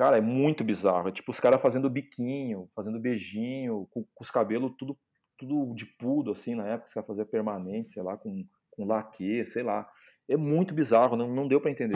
Cara, é muito bizarro. É tipo os caras fazendo biquinho, fazendo beijinho, com os cabelos tudo de pudo, assim, na época. Os caras faziam permanente, sei lá, com laque, sei lá. É muito bizarro, não deu pra entender.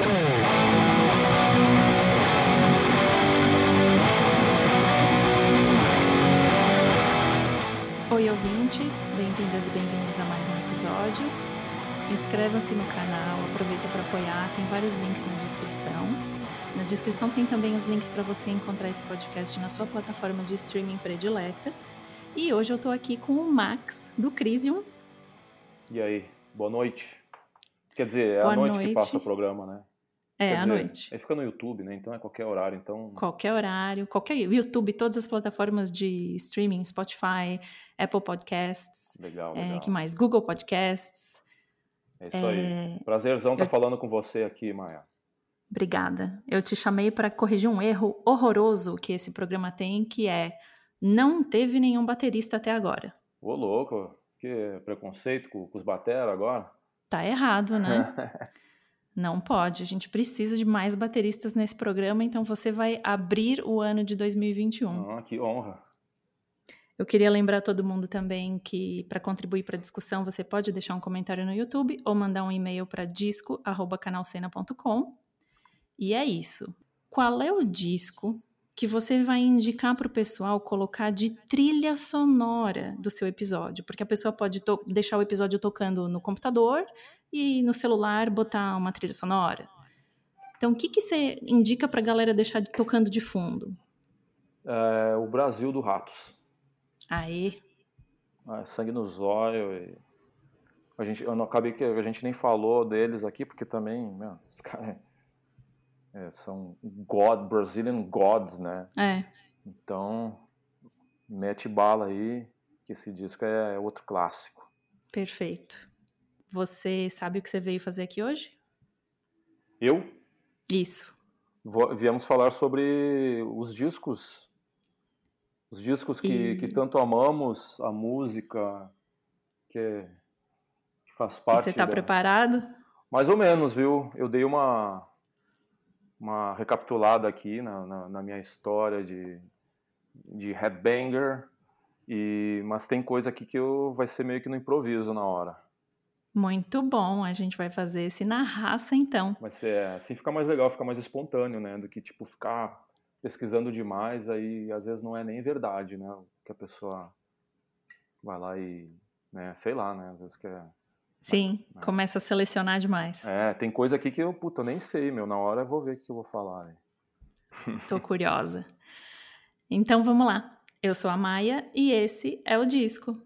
Oi, ouvintes, bem-vindas e bem-vindos a mais um episódio. Inscrevam-se no canal, aproveita para apoiar, tem vários links na descrição. Na descrição tem também os links para você encontrar esse podcast na sua plataforma de streaming predileta. E hoje eu tô aqui com o Max, do Crisium. E aí, boa noite. Quer dizer, é à Boa noite que passa o noite. programa, né? Quer É, à dizer, noite. aí fica no YouTube, né? Então é qualquer horário, então... Qualquer horário, qualquer YouTube, todas as plataformas de streaming, Spotify, Apple Podcasts, Legal, que legal. mais? Google Podcasts. É isso aí. Prazerzão estar eu- falando com você aqui, Maia. Obrigada. Eu te chamei para corrigir um erro horroroso que esse programa tem, que é não teve nenhum baterista até agora. Ô, louco, que preconceito com os batera agora? Tá errado, né? Não pode. A gente precisa de mais bateristas nesse programa, então você vai abrir o ano de 2021. Ah, que honra. Eu queria lembrar todo mundo também que, para contribuir para a discussão, você pode deixar um comentário no YouTube ou mandar um e-mail para disco@canalcena.com. E é isso. Qual é o disco que você vai indicar para o pessoal colocar de trilha sonora do seu episódio? Porque a pessoa pode deixar o episódio tocando no computador e no celular botar uma trilha sonora. Então, o que você indica para a galera deixar tocando de fundo? É o Brasil do Ratos. Aê! Sangue nos olhos. Eu não acabei que a gente nem falou deles aqui, porque também, meu, os caras são Brazilian Gods, né? É, Então, mete bala aí, que esse disco é outro clássico. perfeito. Você sabe o que você veio fazer aqui hoje? Eu? Isso. Viemos falar sobre os discos que E, tanto amamos, a música que faz e você parte está da... preparado? Mais ou menos, viu? Eu dei uma recapitulada aqui na minha história de headbanger, mas tem coisa aqui que vai ser meio que no improviso na hora. Muito bom, a gente vai fazer esse na raça então. Vai ser assim, fica mais legal, fica mais espontâneo, né? Do que tipo ficar pesquisando demais, aí às vezes não é nem verdade, né? Que a pessoa vai lá e, né, sei lá, né? Às vezes quer. Sim, começa a selecionar demais. Tem coisa aqui que eu nem sei, meu. Na hora eu vou ver o que eu vou falar. Tô curiosa. Então vamos lá. Eu sou a Maia e esse é o disco.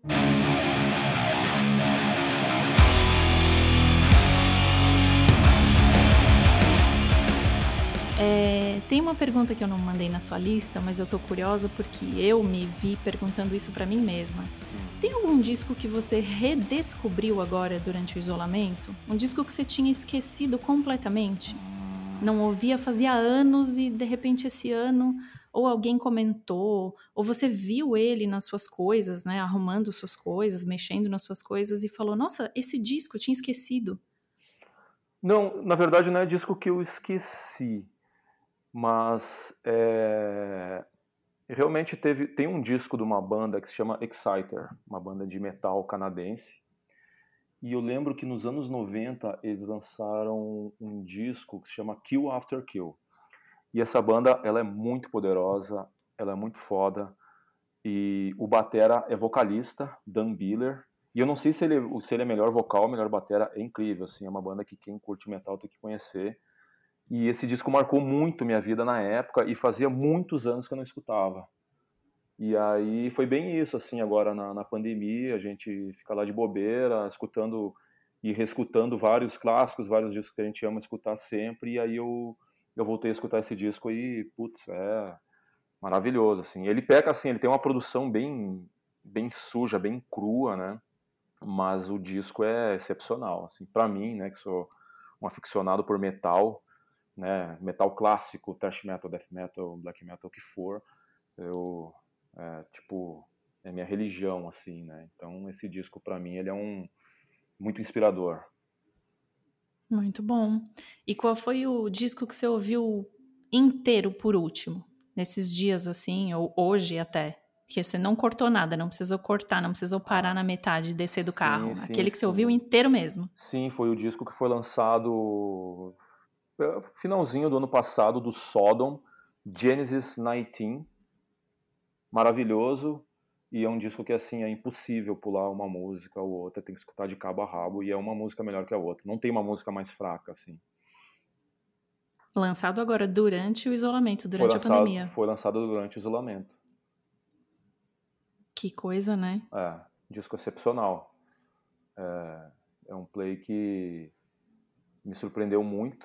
Tem uma pergunta que eu não mandei na sua lista, mas eu tô curiosa porque eu me vi perguntando isso pra mim mesma. Tem algum disco que você redescobriu agora durante o isolamento? Um disco que você tinha esquecido completamente? Não ouvia fazia anos e de repente esse ano ou alguém comentou, ou você viu ele nas suas coisas, né, arrumando suas coisas, mexendo nas suas coisas e falou: "Nossa, esse disco eu tinha esquecido". Não, na verdade não é disco que eu esqueci, mas realmente tem um disco de uma banda que se chama Exciter, uma banda de metal canadense. E eu lembro que nos anos 90 eles lançaram um disco que se chama Kill After Kill. E essa banda, ela é muito poderosa, ela é muito foda. E o batera é vocalista, Dan Biller. E eu não sei se ele é melhor vocal ou melhor batera, é incrível, assim, é uma banda que quem curte metal tem que conhecer. E esse disco marcou muito minha vida na época e fazia muitos anos que eu não escutava. E aí foi bem isso, assim, agora na pandemia, a gente fica lá de bobeira, escutando e reescutando vários clássicos, vários discos que a gente ama escutar sempre, e aí eu voltei a escutar esse disco e, putz, é maravilhoso, assim. Ele peca, assim, ele tem uma produção bem suja, bem crua, né? Mas o disco é excepcional, assim, pra mim, né, que sou um aficionado por metal, né, metal clássico, thrash metal, death metal, black metal, o que for, eu tipo, é minha religião, assim, né? Então esse disco pra mim ele é muito inspirador. Muito bom. E qual foi o disco que você ouviu inteiro por último, nesses dias assim, ou hoje até, que você não cortou nada, não precisou cortar, não precisou parar na metade e descer do Sim, carro. sim, Aquele que você ouviu sim. inteiro mesmo. Sim, foi o disco que foi lançado finalzinho do ano passado, do Sodom, Genesis 19. Maravilhoso. E é um disco que, assim, é impossível pular uma música ou outra, tem que escutar de cabo a rabo, e é uma música melhor que a outra. Não tem uma música mais fraca, assim. Lançado agora durante o isolamento, durante a pandemia. Foi lançado durante o isolamento. Que coisa, né? Disco excepcional. É um play que me surpreendeu muito,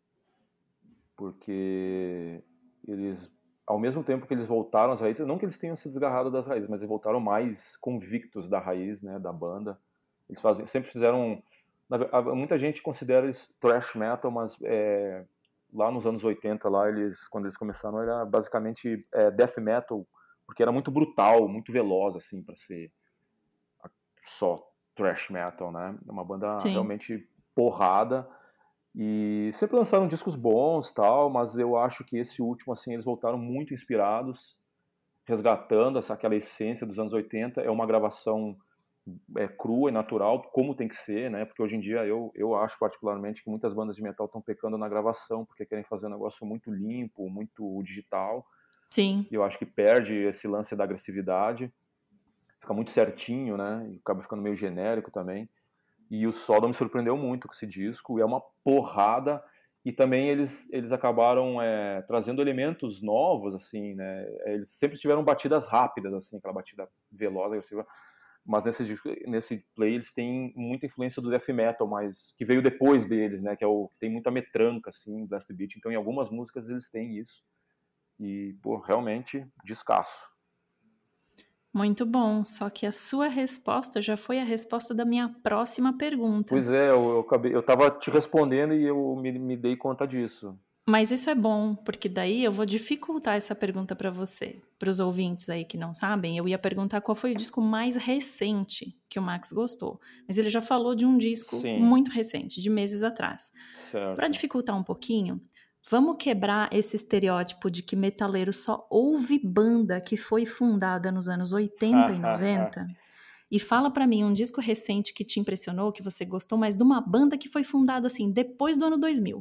porque eles, ao mesmo tempo que eles voltaram às raízes, não que eles tenham se desgarrado das raízes, mas eles voltaram mais convictos da raiz, né, da banda. Eles sempre fizeram, muita gente considera eles thrash metal, mas lá nos anos 80, lá quando eles começaram, era basicamente death metal, porque era muito brutal, muito veloz, assim, para ser só thrash metal, né? É uma banda Sim. realmente porrada. E sempre lançaram discos bons, tal, mas eu acho que esse último, assim, eles voltaram muito inspirados, resgatando aquela essência dos anos 80. É uma gravação crua e natural, como tem que ser, né? Porque hoje em dia eu acho particularmente que muitas bandas de metal estão pecando na gravação, porque querem fazer um negócio muito limpo, muito digital. Sim. E eu acho que perde esse lance da agressividade, fica muito certinho, né? E acaba ficando meio genérico também. E o Sodom me surpreendeu muito com esse disco, e é uma porrada, e também eles acabaram trazendo elementos novos, assim, né? Eles sempre tiveram batidas rápidas, assim, aquela batida veloz, agressiva, mas nesse play eles têm muita influência do death metal, mas que veio depois deles, né? Que tem muita metranca, assim, blast beat, então em algumas músicas eles têm isso, e, pô, realmente, descasso. Muito bom. Só que a sua resposta já foi a resposta da minha próxima pergunta. Pois é, eu tava te respondendo e eu me dei conta disso. Mas isso é bom, porque daí eu vou dificultar essa pergunta para você. Para os ouvintes aí que não sabem, eu ia perguntar qual foi o disco mais recente que o Max gostou. Mas ele já falou de um disco Sim, muito recente, de meses atrás. Para certo. dificultar um pouquinho, vamos quebrar esse estereótipo de que metaleiro só ouve banda que foi fundada nos anos 80 e 90? E fala para mim um disco recente que te impressionou, que você gostou, mas de uma banda que foi fundada assim depois do ano 2000.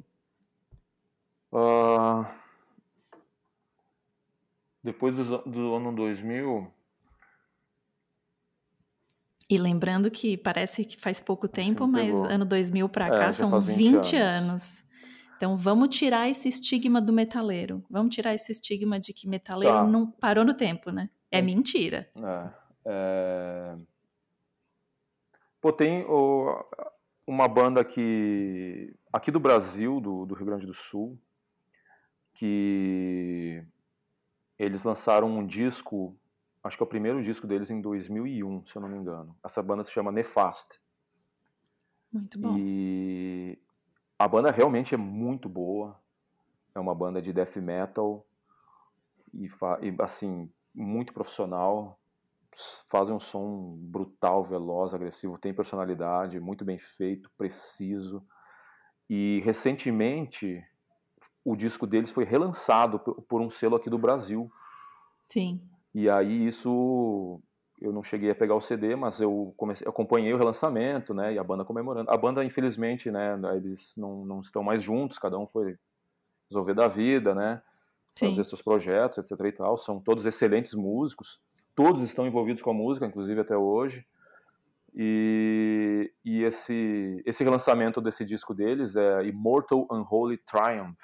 Ah, depois do ano 2000, E lembrando que parece que faz pouco você tempo, me mas pegou. ano 2000 para cá Já são faz 20 20 anos. anos. Então vamos tirar esse estigma do metaleiro. Vamos tirar esse estigma de que metaleiro Tá. não parou no tempo, né? É En- mentira. é, é, Pô, tem uma banda aqui do Brasil, do Rio Grande do Sul, que eles lançaram um disco, acho que é o primeiro disco deles em 2001, se eu não me engano. Essa banda se chama Nefast. Muito bom. E a banda realmente é muito boa. É uma banda de death metal e assim, muito profissional. Fazem um som brutal, veloz, agressivo, tem personalidade, muito bem feito, preciso. E recentemente o disco deles foi relançado por um selo aqui do Brasil. Sim. E aí isso eu não cheguei a pegar o CD, mas eu acompanhei o relançamento, né? E a banda comemorando. A banda, infelizmente, né? Eles não estão mais juntos, cada um foi resolver da vida, né? Fazer Sim. seus projetos, etc e tal. São todos excelentes músicos, todos estão envolvidos com a música, inclusive até hoje. E esse relançamento desse disco deles é Immortal Unholy Triumph.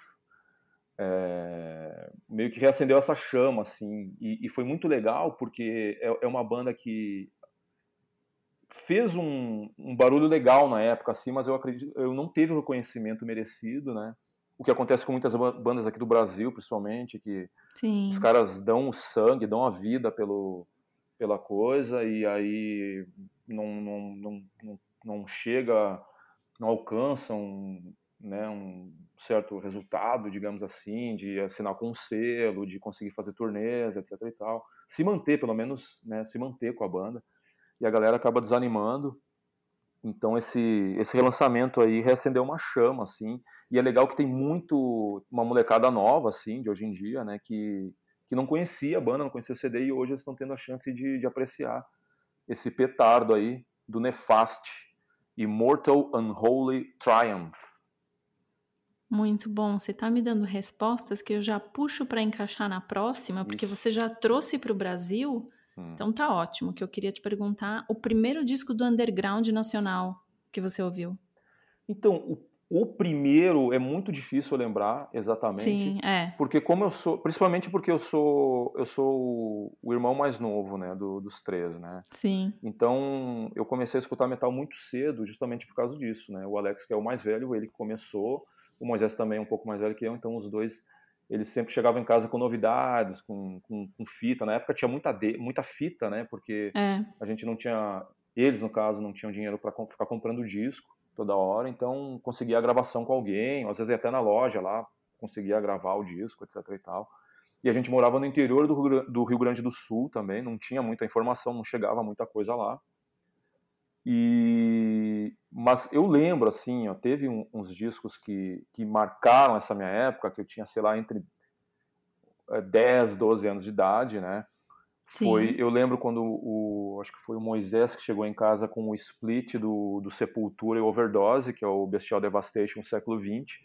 Meio que reacendeu essa chama, assim, e foi muito legal porque é uma banda que fez um barulho legal na época, assim, mas eu acredito, eu não teve o reconhecimento merecido, né? O que acontece com muitas bandas aqui do Brasil, principalmente, que os Sim. caras dão o sangue, dão a vida pela coisa, e aí não chega, não alcançam, né, um certo resultado, digamos assim, de assinar com um selo, de conseguir fazer turnês, etc e tal. Se manter, pelo menos, né, se manter com a banda. E a galera acaba desanimando. Então esse relançamento aí reacendeu uma chama, assim, e é legal que tem uma molecada nova, assim, de hoje em dia, né, que não conhecia a banda, não conhecia o CD, e hoje eles estão tendo a chance de apreciar esse petardo aí do Nefast, Immortal Unholy Triumph. Muito bom. Você tá me dando respostas que eu já puxo para encaixar na próxima, porque Ixi. você já trouxe para o Brasil. Então tá ótimo. Que eu queria te perguntar o primeiro disco do underground nacional que você ouviu. Então, o primeiro é muito difícil eu lembrar exatamente, Sim, é. porque como eu sou, principalmente porque eu sou o irmão mais novo, né, dos três, né? Sim. Então, eu comecei a escutar metal muito cedo, justamente por causa disso, né? O Alex, que é o mais velho, ele que começou, o Moisés também é um pouco mais velho que eu, então os dois, eles sempre chegavam em casa com novidades, com fita. Na época tinha muita fita, né? Porque É. a gente não tinha, eles no caso, não tinham dinheiro para ficar comprando disco toda hora, então conseguia a gravação com alguém, às vezes ia até na loja lá, conseguia gravar o disco, etc e tal. E a gente morava no interior do Rio Grande do Sul também, não tinha muita informação, não chegava muita coisa lá. Mas eu lembro, assim, ó, teve uns discos que marcaram essa minha época, que eu tinha, sei lá, entre 10, 12 anos de idade, né? Sim. Eu lembro quando acho que foi o Moisés que chegou em casa com o split do Sepultura e Overdose, que é o Bestial Devastation século XX,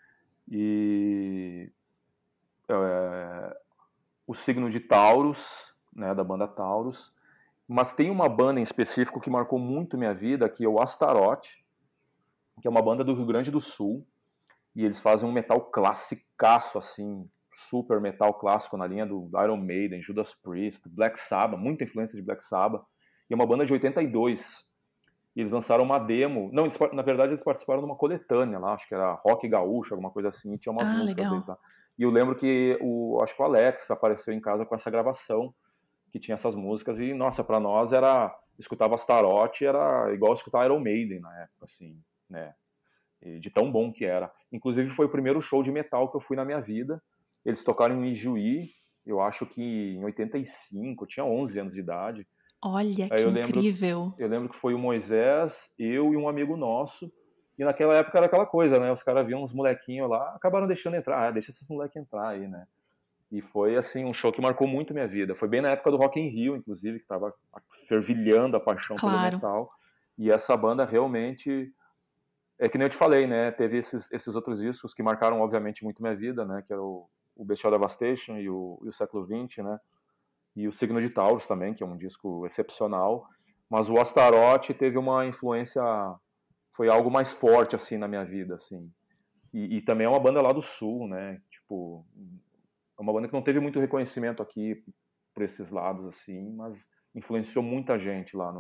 e o signo de Taurus, né, da banda Taurus. Mas tem uma banda em específico que marcou muito minha vida, que é o Astaroth, que é uma banda do Rio Grande do Sul, e eles fazem um metal classicaço, assim, super metal clássico na linha do Iron Maiden, Judas Priest, Black Sabbath, muita influência de Black Sabbath, e é uma banda de 82. E eles lançaram uma demo, não, na verdade eles participaram de uma coletânea lá, acho que era Rock Gaúcho, alguma coisa assim, e tinha umas Ah, músicas deles legal. lá. E eu lembro que acho que o Alex apareceu em casa com essa gravação, que tinha essas músicas, e nossa, pra nós escutava Astaroth, era igual escutar Iron Maiden na época, assim, né? De tão bom que era. Inclusive foi o primeiro show de metal que eu fui na minha vida. Eles tocaram em Ijuí, eu acho que em 85, eu tinha 11 anos de idade. Olha Aí que incrível. eu lembro que foi o Moisés, eu e um amigo nosso. E naquela época era aquela coisa, né? Os caras viam uns molequinhos lá, acabaram deixando entrar. Ah, deixa esses moleques entrar aí, né? E foi, assim, um show que marcou muito minha vida. Foi bem na época do Rock in Rio, inclusive, que estava fervilhando a paixão pelo Claro. metal. E essa banda realmente é que nem eu te falei, né? Teve esses outros discos que marcaram, obviamente, muito minha vida, né? Que era o Bestial Devastation e o Século XX, né? E o Signo de Taurus também, que é um disco excepcional. Mas o Astaroth teve uma influência, foi algo mais forte, assim, na minha vida, assim. E também é uma banda lá do Sul, né? Tipo, é uma banda que não teve muito reconhecimento aqui por esses lados, assim, mas influenciou muita gente lá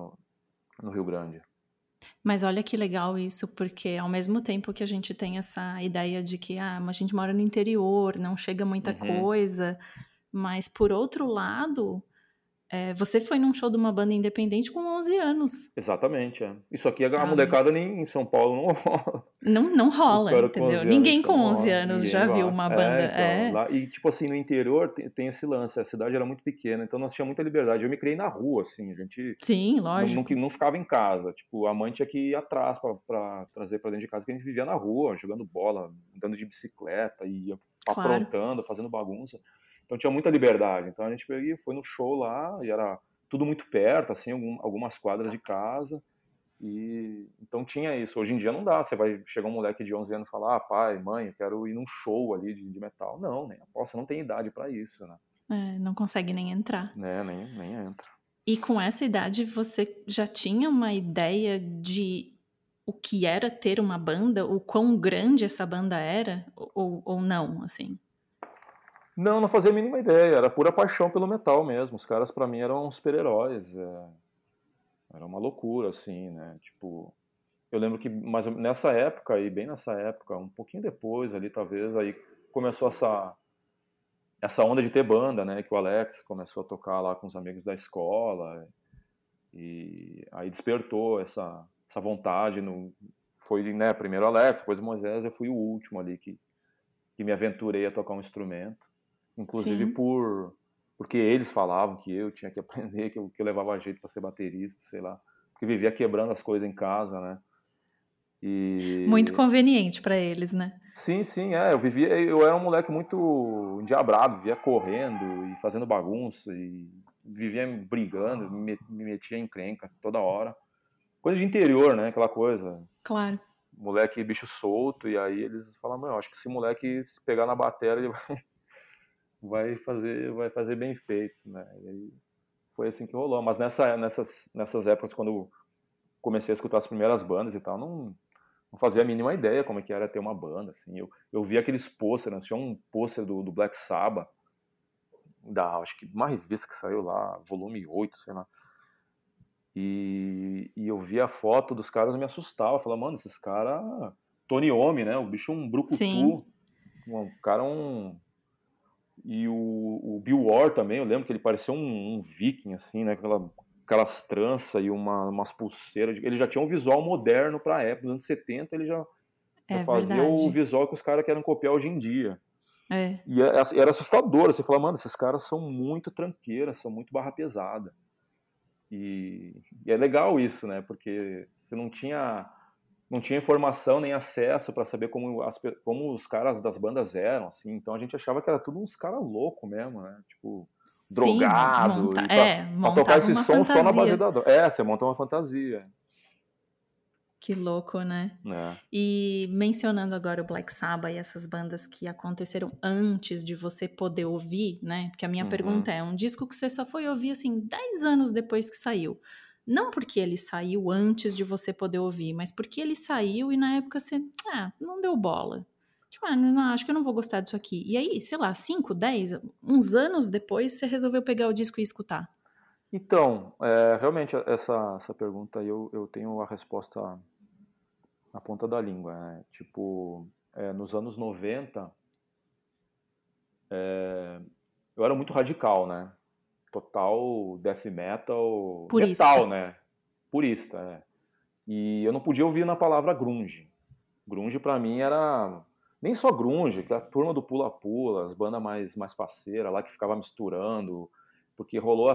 no Rio Grande. Mas olha que legal isso, porque ao mesmo tempo que a gente tem essa ideia de que a gente mora no interior, não chega muita Uhum. coisa, mas por outro lado, você foi num show de uma banda independente com 11 anos, Exatamente, é. Isso aqui a sabe. molecada nem em São Paulo não rola. Não O rola, cara com entendeu. 11 anos, Ninguém tipo, com não 11 rola. anos Ninguém já viu vai. uma É, banda então. Lá, e, tipo assim, no interior tem esse lance. A cidade era muito pequena, então nós tínhamos muita liberdade. Eu me criei na rua, assim. A gente Sim, não, lógico. não ficava em casa. Tipo, a mãe tinha que ir atrás pra trazer pra dentro de casa, que a gente vivia na rua, jogando bola, andando de bicicleta, ia Claro. aprontando, fazendo bagunça. Então tinha muita liberdade. Então a gente foi no show lá, e era tudo muito perto, assim, algumas quadras de casa. E então tinha isso. Hoje em dia não dá. Você vai chegar um moleque de 11 anos e falar: ah, pai, mãe, eu quero ir num show ali de metal. Não, nem aposta, não tem idade para isso, né? Não consegue nem entrar. Né, nem entra. E com essa idade você já tinha uma ideia de o que era ter uma banda? O quão grande essa banda era? Ou não, assim? Não, não fazia a mínima ideia. Era pura paixão pelo metal mesmo. Os caras para mim eram super-heróis. Era uma loucura, assim, né? Tipo, eu lembro que nessa época, e bem nessa época, um pouquinho depois ali, talvez, aí começou essa onda de ter banda, né? Que o Alex começou a tocar lá com os amigos da escola. E aí despertou essa vontade. Foi, né, primeiro Alex, depois Moisés, eu fui o último ali que me aventurei a tocar um instrumento. Inclusive Sim. porque eles falavam que eu tinha que aprender, que eu levava jeito para ser baterista, sei lá. que vivia quebrando as coisas em casa, né? Muito E conveniente pra eles, né? sim, sim, eu era um moleque muito endiabrado, vivia correndo e fazendo bagunça e vivia brigando, me metia em encrenca toda hora. Coisa de interior, né? Aquela coisa, Claro. moleque bicho solto, e aí eles falam, meu, acho que esse moleque se pegar na bateria, ele vai fazer bem feito, né? E aí foi assim que rolou. Mas nessas épocas, quando eu comecei a escutar as primeiras bandas e tal, não fazia a mínima ideia como é que era ter uma banda, assim. Eu vi aqueles pôsteres, né? Tinha um pôster do Black Sabbath, acho que uma revista que saiu lá, volume 8, sei lá. E eu vi a foto dos caras e me assustava. Eu falava, mano, esses caras... Tony Iommi, né? O bicho é um brucutu. Sim, Um cara E o Bill Ward também, eu lembro que ele parecia um viking, assim, né? Aquelas tranças e umas pulseiras. Ele já tinha um visual moderno pra época. Nos anos 70 ele já é fazia o verdade. visual que os caras querem copiar hoje em dia. É. E era assustador. Você fala, mano, esses caras são muito tranqueiras, são muito barra pesada. E é legal isso, né? Porque você não tinha informação nem acesso para saber como os caras das bandas eram, assim. Então a gente achava que era tudo uns caras loucos mesmo, né? Tipo, Sim, drogado, e pra tocar montava esse uma som só na base fantasia. da droga. É, você monta uma fantasia, Que louco, né? né? E mencionando agora o Black Sabbath e essas bandas que aconteceram antes de você poder ouvir, né? Porque a minha Uhum. pergunta é, um disco que você só foi ouvir assim 10 anos depois que saiu. Não porque ele saiu antes de você poder ouvir, mas porque ele saiu e na época você, não deu bola. Tipo, não, acho que eu não vou gostar disso aqui. E aí, sei lá, 5, 10, uns anos depois você resolveu pegar o disco e escutar. Então, realmente essa pergunta aí eu tenho a resposta na ponta da língua, né? Tipo, nos anos 90, eu era muito radical, né? Total death metal, Purista. metal, né? Purista, né? E eu não podia ouvir na palavra grunge. Grunge pra mim era nem só grunge, que a turma do pula-pula, as bandas mais faceiras lá que ficava misturando, porque rolou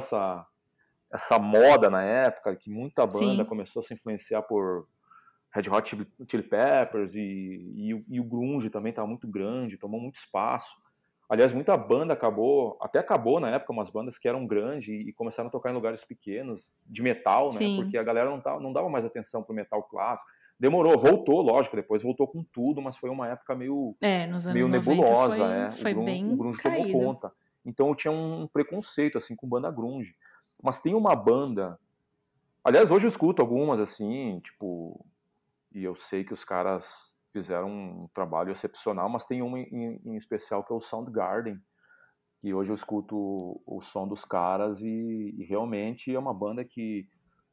essa moda na época que muita banda Sim, começou a se influenciar por Red Hot Chili Peppers e o grunge também estava muito grande, tomou muito espaço. Aliás, muita banda até acabou na época umas bandas que eram grandes e começaram a tocar em lugares pequenos, de metal, né? Porque sim. a galera não dava mais atenção pro metal clássico. Demorou, voltou, lógico, depois voltou com tudo, mas foi uma época meio, É, nos anos meio 90 nebulosa, foi, o foi grunge, o bem grunge tomou caído. conta. Então eu tinha um preconceito assim com banda grunge. Mas tem uma banda, aliás, hoje eu escuto algumas assim, tipo, e eu sei que os caras fizeram um trabalho excepcional, mas tem uma em especial que é o Soundgarden, que hoje eu escuto o som dos caras e realmente é uma banda que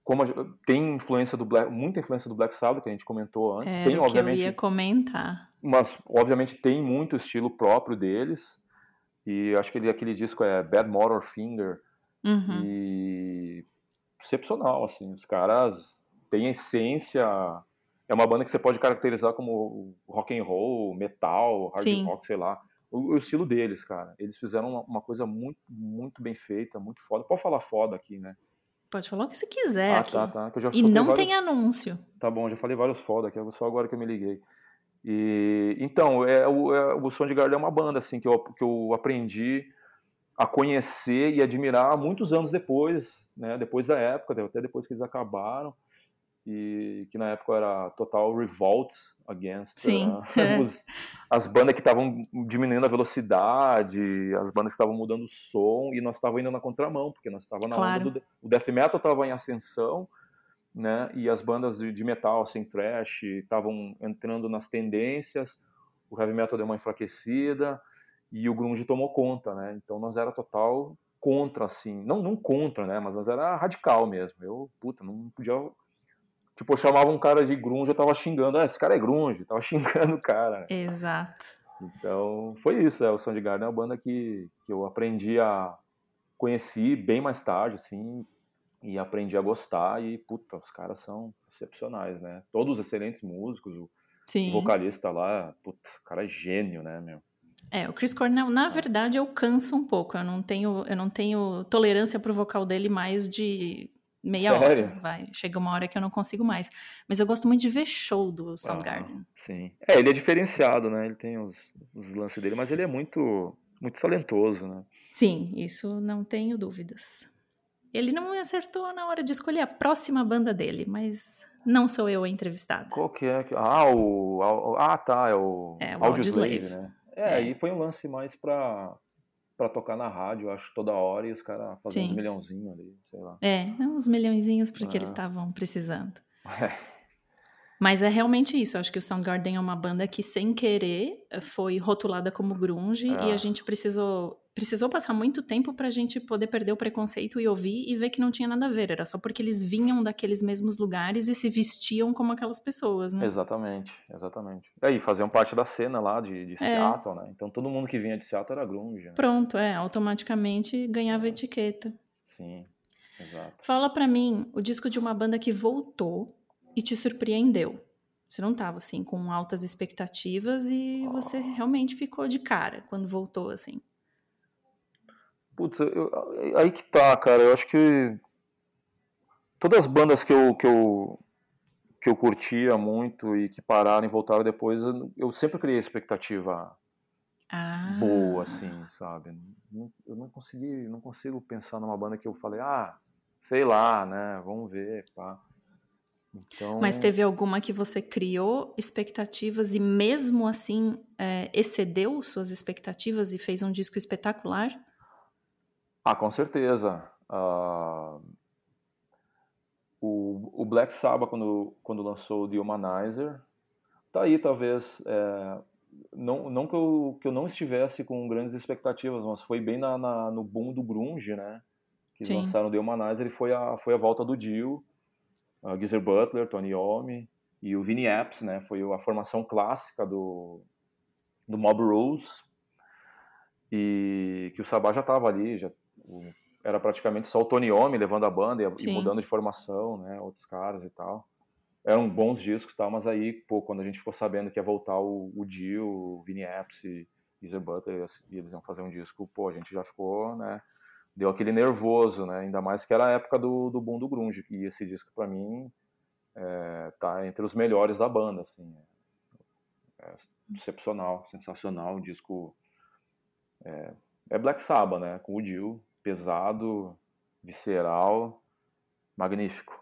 tem muita influência do Black Sabbath, que a gente comentou antes, tem Era o que eu ia obviamente, comentar. mas obviamente tem muito estilo próprio deles, e acho que aquele disco é Bad Motor Finger, Uhum. e excepcional, assim, os caras têm essência, é uma banda que você pode caracterizar como rock and roll, metal, hard Sim. rock, sei lá, o estilo deles, cara, eles fizeram uma coisa muito, muito bem feita, muito foda, pode falar foda aqui, né? Pode falar o que você quiser Ah, tá, aqui. tá, que eu já E soltei não tem vários, anúncio. tá bom, já falei vários foda aqui, só agora que eu me liguei. E, então, o Soundgarden é uma banda, assim, que eu aprendi a conhecer e admirar muitos anos depois, né, depois da época, até depois que eles acabaram, e que na época era total revolt against Sim. as bandas que estavam diminuindo a velocidade, as bandas que estavam mudando o som, e nós estávamos indo na contramão, porque nós estávamos na onda Claro. o death metal estava em ascensão, né, e as bandas de metal, assim, thrash, estavam entrando nas tendências, o heavy metal deu uma enfraquecida, e o grunge tomou conta, né, então nós era total contra, assim, não contra, né, mas nós era radical mesmo, puta, não podia, tipo, eu chamava um cara de grunge, eu tava xingando, esse cara é grunge, tava xingando o cara, né? Exato. Então foi isso, o Soundgarden é uma banda que eu aprendi a conheci bem mais tarde, assim, e aprendi a gostar e, puta, os caras são excepcionais, né? Todos excelentes músicos, o Sim. vocalista lá, puta, o cara é gênio, né, meu? É, o Chris Cornell, na Ah, verdade, eu canso um pouco. Eu não tenho tolerância pro vocal dele mais de meia hora, Sério? vai. Chega uma hora que eu não consigo mais. Mas eu gosto muito de ver show do Ah, Soundgarden. sim. Ele é diferenciado, né? Ele tem os lances dele, mas ele é muito, muito talentoso, né? Sim, isso não tenho dúvidas. Ele não me acertou na hora de escolher a próxima banda dele, mas não sou eu a entrevistada. Qual que é? Tá, é o É o Audioslave, Audioslave. né? É, Aí foi um lance mais pra tocar na rádio, eu acho, toda hora e os caras fazer uns sim. milhãozinhos ali, sei lá. É, uns milhõezinhos porque eles É. estavam precisando. Mas é realmente isso. Eu acho que o Soundgarden é uma banda que, sem querer, foi rotulada como grunge e a É, gente precisou passar muito tempo pra gente poder perder o preconceito e ouvir e ver que não tinha nada a ver. Era só porque eles vinham daqueles mesmos lugares e se vestiam como aquelas pessoas, né? exatamente, exatamente. E aí, faziam parte da cena lá de É, Seattle, né? Então todo mundo que vinha de Seattle era grunge, né? pronto, automaticamente ganhava etiqueta. Sim, exato. Fala pra mim o disco de uma banda que voltou e te surpreendeu. Você não tava assim com altas expectativas e você realmente ficou de cara quando voltou assim. Putz, aí que tá, cara. Eu acho que todas as bandas que eu curtia muito e que pararam e voltaram depois, eu sempre criei expectativa boa, Ah, assim, sabe? Eu não consigo pensar numa banda que eu falei, sei lá, né? Vamos ver, pá. mas Então, teve alguma que você criou expectativas e mesmo assim excedeu suas expectativas e fez um disco espetacular? com certeza. O Black Sabbath, quando lançou o The Humanizer, tá aí, talvez. Não que eu não estivesse com grandes expectativas, mas foi bem no boom do grunge, né? Que eles Sim, lançaram o The Humanizer e foi a volta do Dio, Geezer Butler, Tony Iommi e o Vinnie Appice, né? Foi a formação clássica do Mob Rules e que o Sabá já estava ali, era praticamente só o Tony Iommi levando a banda e sim. mudando de formação, né? Outros caras e tal. Eram bons discos e tal, mas aí, pô, quando a gente ficou sabendo que ia voltar o Dio, o Vinnie Appice e Geezer Butler e eles iam fazer um disco, pô, a gente já ficou, né? Deu aquele nervoso, né? Ainda mais que era a época do boom do grunge. E esse disco, pra mim, tá entre os melhores da banda, assim. É excepcional, sensacional. O disco é Black Sabbath, né? Com o Dio, pesado, visceral, magnífico.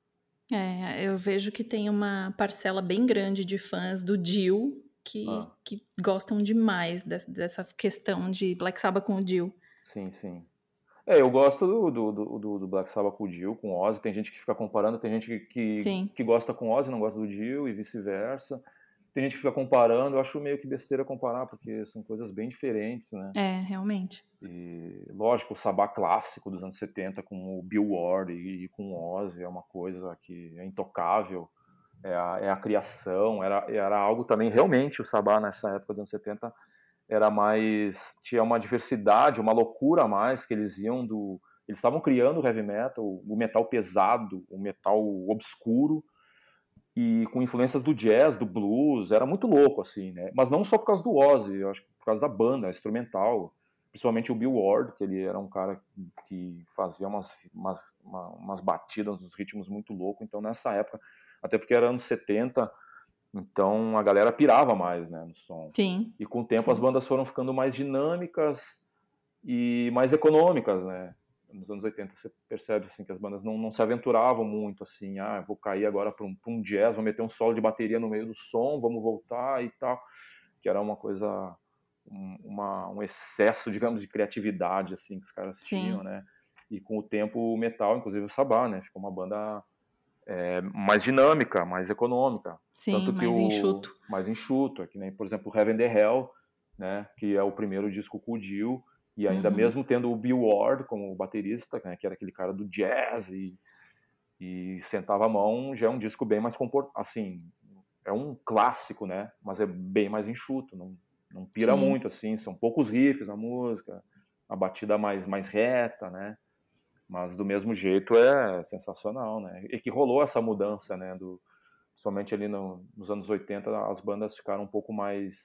É, eu vejo que tem uma parcela bem grande de fãs do Dio Ah, que gostam demais dessa questão de Black Sabbath com o Dio. sim, sim. Eu gosto do Black Sabbath com o Dio, com o Ozzy. Tem gente que fica comparando, tem gente Sim, que gosta com o Ozzy e não gosta do Dio e vice-versa. Tem gente que fica comparando, eu acho meio que besteira comparar, porque são coisas bem diferentes, né? realmente. E, lógico, o Sabá clássico dos anos 70 com o Bill Ward e com o Ozzy é uma coisa que é intocável, é a criação, era algo também, realmente, o Sabá nessa época dos anos 70 era mais, tinha uma diversidade, uma loucura a mais, que eles eles estavam criando o heavy metal, o metal pesado, o metal obscuro, e com influências do jazz, do blues, era muito louco, assim, né? Mas não só por causa do Ozzy, eu acho que por causa da banda, instrumental, principalmente o Bill Ward, que ele era um cara que fazia umas batidas, uns ritmos muito loucos, então nessa época, até porque era anos 70, então a galera pirava mais, né, no som. Sim, E com o tempo as sim. bandas foram ficando mais dinâmicas e mais econômicas, né? Nos anos 80 você percebe assim que as bandas não se aventuravam muito assim, vou cair agora para um jazz, vou meter um solo de bateria no meio do som, vamos voltar e tal, que era uma coisa um excesso, digamos, de criatividade assim que os caras tinham, Sim, né? E com o tempo o metal, inclusive o Sabá, né, ficou uma banda mais dinâmica, mais econômica, sim, tanto que mais o enxuto. mais enxuto, que nem, por exemplo, o Heaven the Hell, né, que é o primeiro disco com o Dio, e ainda Uhum. mesmo tendo o Bill Ward como baterista, né, que era aquele cara do jazz e sentava a mão, já é um disco bem mais assim, é um clássico, né, mas é bem mais enxuto, não pira Sim, muito assim, são poucos riffs na música, a batida mais reta, né? Mas do mesmo jeito é sensacional, né? E que rolou essa mudança, né? Somente ali nos anos 80 as bandas ficaram um pouco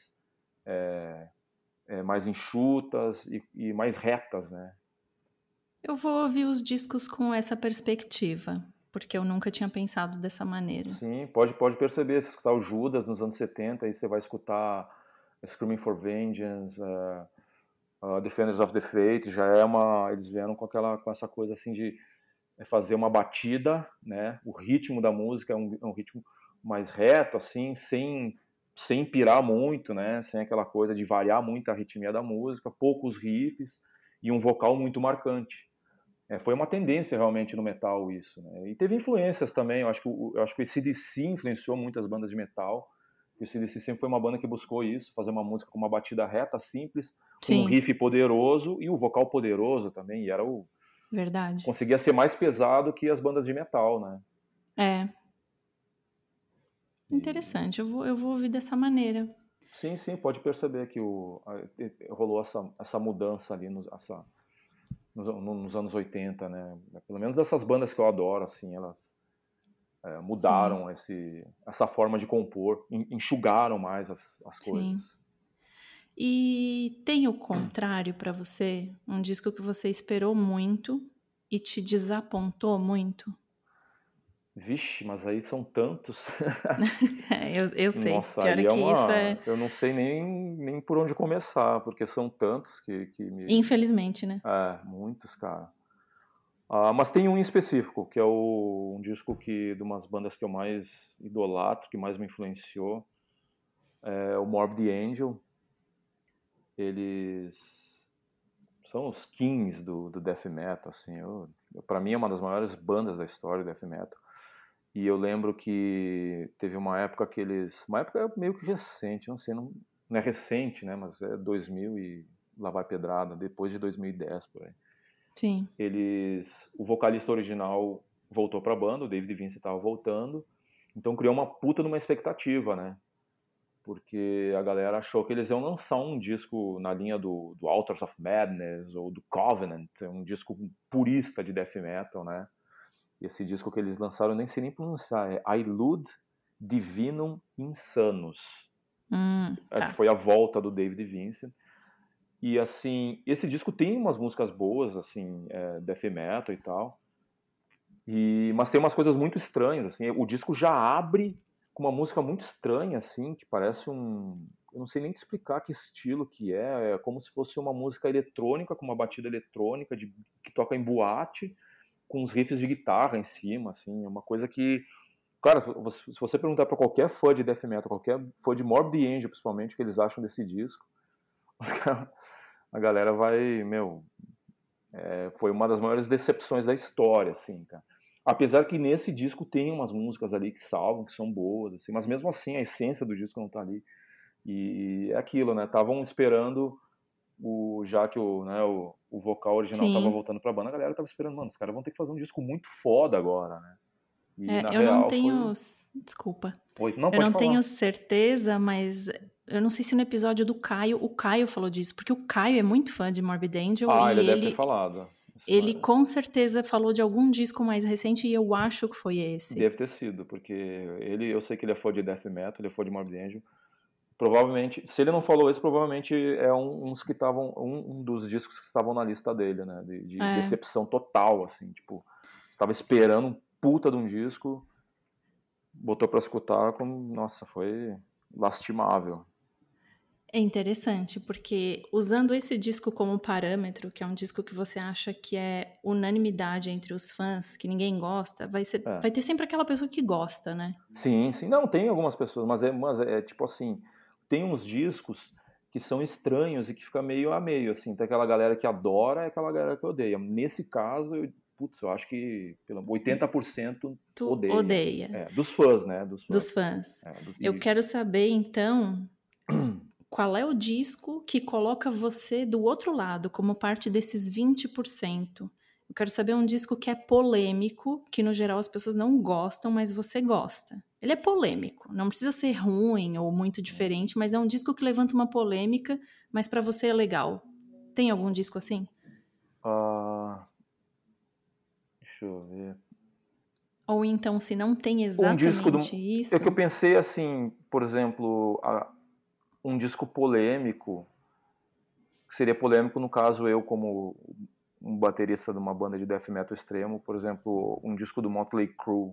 mais enxutas e mais retas, né? Eu vou ouvir os discos com essa perspectiva, porque eu nunca tinha pensado dessa maneira. Sim, pode perceber, se escutar o Judas nos anos 70, aí você vai escutar Screaming for Vengeance, Defenders of the Faith, já é uma, eles vieram com essa coisa assim de fazer uma batida, né? O ritmo da música é um ritmo mais reto, assim, sem pirar muito, né? Sem aquela coisa de variar muito a ritmia da música, poucos riffs e um vocal muito marcante. Foi uma tendência realmente no metal isso, né? E teve influências também, eu acho que o AC/DC influenciou muitas bandas de metal. O AC/DC sempre foi uma banda que buscou isso, fazer uma música com uma batida reta, simples, com um Sim, riff poderoso e o vocal poderoso também, e verdade. conseguia ser mais pesado que as bandas de metal, né? É, E interessante. Eu vou ouvir dessa maneira. sim, sim, pode perceber que rolou essa mudança ali nos anos 80, né? Pelo menos dessas bandas que eu adoro, assim, elas Sim, mudaram essa forma de compor, enxugaram mais as sim. coisas. E tem o contrário pra você? Um disco que você esperou muito e te desapontou muito? Vixe, mas aí são tantos. Eu sei. Nossa, Pior é aí é que isso uma. é, Eu não sei nem por onde começar, porque são tantos que me. infelizmente, né? Muitos, cara. Mas tem um em específico, que é um disco de umas bandas que eu mais idolatro, que mais me influenciou, é o Morbid Angel. Eles são os kings do death metal, assim. Para mim é uma das maiores bandas da história do death metal. E eu lembro que teve uma época que uma época meio que recente, não sei, não é recente, né? Mas é 2000 e lá vai pedrada, depois de 2010 por aí. Sim. O vocalista original voltou pra banda, o David Vincent estava voltando, então criou uma puta numa expectativa, né? Porque a galera achou que eles iam lançar um disco na linha do Authors of Madness ou do Covenant, um disco purista de death metal, né? E esse disco que eles lançaram, eu nem sei nem pronunciar, é Ailud Divinum Insanus, que Tá. foi a volta do David Vincent. E assim, esse disco tem umas músicas boas, assim, death metal e tal, mas tem umas coisas muito estranhas, assim. O disco já abre com uma música muito estranha, assim, que parece eu não sei nem te explicar que estilo que é como se fosse uma música eletrônica, com uma batida eletrônica que toca em boate, com uns riffs de guitarra em cima, assim, é uma coisa que, cara, se você perguntar para qualquer fã de death metal, qualquer fã de Morbid Angel, principalmente, o que eles acham desse disco, a galera vai, meu, foi uma das maiores decepções da história, assim, cara. Apesar que nesse disco tem umas músicas ali que salvam, que são boas, assim, mas mesmo assim a essência do disco não tá ali. E é aquilo, né? Estavam esperando já que o vocal original tava Sim. voltando pra banda, a galera tava esperando, mano, os caras vão ter que fazer um disco muito foda agora, né? E na Eu não real tenho. Desculpa. não, Eu pode não tenho falar. certeza, mas eu não sei se no episódio do Caio, o Caio falou disso, porque o Caio é muito fã de Morbid Angel Ele e deve ter ele, falado. ele com certeza falou de algum disco mais recente e eu acho que foi esse. Deve ter sido, porque eu sei que ele é fã de death metal, ele é fã de Morbid Angel. Provavelmente, se ele não falou isso, provavelmente é uns que estavam, um dos discos que estavam na lista dele, né? De É, decepção total, assim, tipo, estava esperando um puta de um disco, botou pra escutar, nossa, foi lastimável. é interessante, porque usando esse disco como parâmetro, que é um disco que você acha que é unanimidade entre os fãs, que ninguém gosta, É. vai ter sempre aquela pessoa que gosta, né? Sim, sim, não, tem algumas pessoas, mas é tipo assim, tem uns discos que são estranhos e que fica meio a meio, assim, tem aquela galera que adora e aquela galera que odeia. Nesse caso, eu acho que 80% Tu odeia. odeia, Dos fãs, né? Dos dos fãs. fãs. É, Eu quero saber, então, qual é o disco que coloca você do outro lado, como parte desses 20%? Eu quero saber um disco que é polêmico, que no geral as pessoas não gostam, mas você gosta. Ele é polêmico, não precisa ser ruim ou muito diferente, mas é um disco que levanta uma polêmica, mas pra você é legal. Tem algum disco assim? Ah, deixa eu ver. Ou então, se não tem Um disco exatamente é que eu isso, pensei assim, por exemplo, um disco polêmico, que seria polêmico no caso eu como um baterista de uma banda de death metal extremo, por exemplo, um disco do Motley Crue.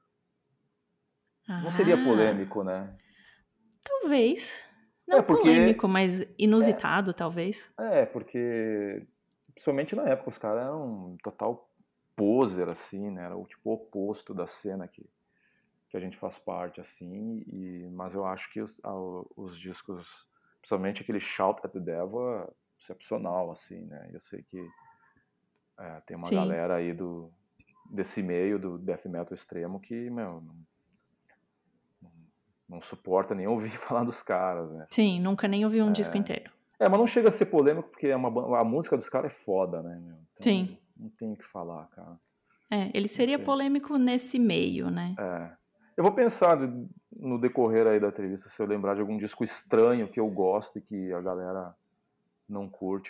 Não seria Ah, polêmico, né? talvez. É Não porque polêmico, mas inusitado, talvez. porque principalmente na época os caras eram um total poser assim, né? Era o tipo oposto da cena que a gente faz parte assim, mas eu acho que os discos, principalmente aquele Shout at the Devil, é excepcional assim, né? Eu sei que tem uma Sim. galera aí desse meio do death metal extremo que, meu, não suporta nem ouvir falar dos caras, né? Sim, nunca nem ouvi um disco inteiro. Mas não chega a ser polêmico porque a música dos caras é foda, né, meu? Então Sim. não tem o que falar, cara. Ele Não seria sei. polêmico nesse meio, né? Eu vou pensar no decorrer aí da entrevista, se eu lembrar de algum disco estranho que eu gosto e que a galera não curte,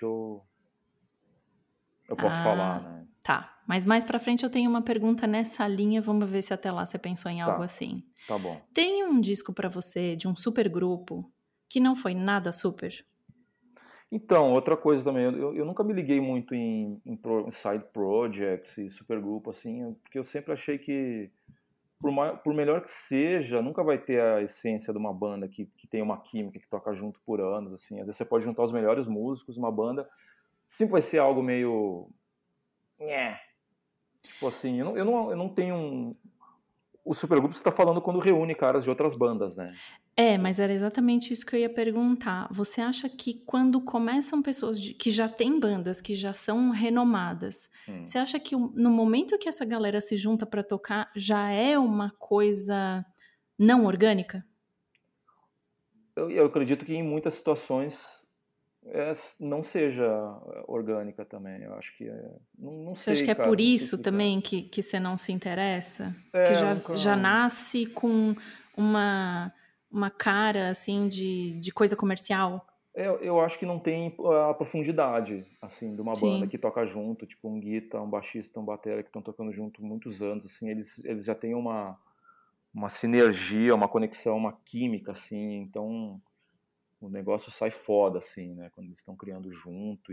eu posso falar, Ah, né? tá. Mas mais pra frente eu tenho uma pergunta nessa linha, vamos ver se até lá você pensou em algo Tá, assim. tá bom. Tem um disco pra você de um super grupo que não foi nada super? Então, outra coisa também, eu nunca me liguei muito em side projects e supergrupo, assim, porque eu sempre achei que, por melhor que seja, nunca vai ter a essência de uma banda que tem uma química, que toca junto por anos, assim. Às vezes você pode juntar os melhores músicos, uma banda, sempre vai ser algo meio... Nhé. Tipo assim, eu não tenho O supergrupo você está falando quando reúne caras de outras bandas, né? Mas era exatamente isso que eu ia perguntar. Você acha que quando começam pessoas que já têm bandas, que já são renomadas, Hum. você acha que no momento que essa galera se junta pra tocar, já é uma coisa não orgânica? Eu acredito que em muitas situações não seja orgânica também. Eu acho que não Você acha sei, que é cara, por não sei isso explicar. também que você não se interessa? Que Eu já nunca. nasce com uma, uma cara, assim, de coisa comercial? Eu acho que não tem a profundidade, assim, de uma banda Sim, que toca junto, tipo um guitarra, um baixista, um batera que estão tocando junto muitos anos, assim, eles já têm uma sinergia, uma conexão, uma química, assim, então o negócio sai foda, assim, né, quando eles estão criando junto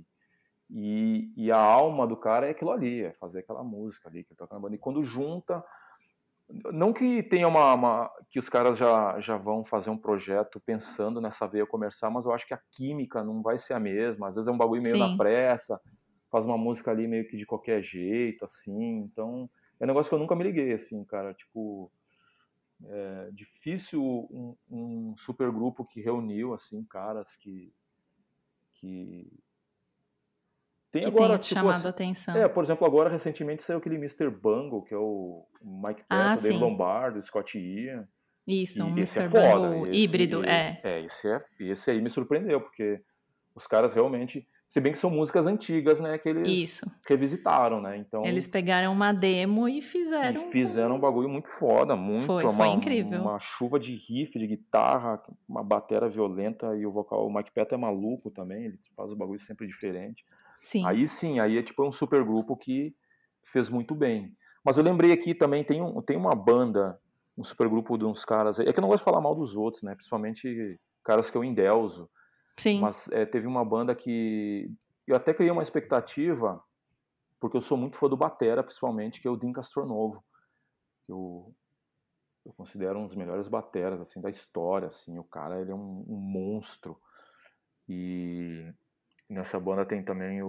e a alma do cara é aquilo ali, é fazer aquela música ali que ele toca na banda. E quando junta, não que tenha que os caras já vão fazer um projeto pensando nessa veia comercial, mas eu acho que a química não vai ser a mesma. Às vezes é um bagulho meio na sim. pressa, faz uma música ali meio que de qualquer jeito, assim. Então, é um negócio que eu nunca me liguei, assim, cara. Tipo, é difícil um super grupo que reuniu, assim, caras que tem Que agora, tenha te tipo chamado a assim. atenção. Por exemplo, agora recentemente saiu aquele Mr. Bungle, que é o Mike Ah, Patton, o Dave sim. Lombardo, o Scott Ian. Isso, um E esse é Mister foda. Bungle híbrido, é. Esse aí me surpreendeu, porque os caras realmente. Se bem que são músicas antigas, né? Que eles Isso. revisitaram, né? Então. Eles pegaram uma demo e E fizeram fizeram um com. bagulho muito foda, muito. Foi Uma, incrível. uma chuva de riff, de guitarra, uma batera violenta e o vocal. O Mike Patton é maluco também, ele faz o bagulho sempre diferente. Sim. Aí sim, aí é tipo um super grupo que fez muito bem. Mas eu lembrei aqui também, tem uma banda, um super grupo de uns caras. É que eu não gosto de falar mal dos outros, né? Principalmente caras que eu endeuso. Sim. Mas teve uma banda que eu até criei uma expectativa, porque eu sou muito fã do Batera, principalmente, que é o Dean Castronovo. Que eu considero um dos melhores bateras assim, da história. Assim. O cara ele é um monstro. E nessa banda tem também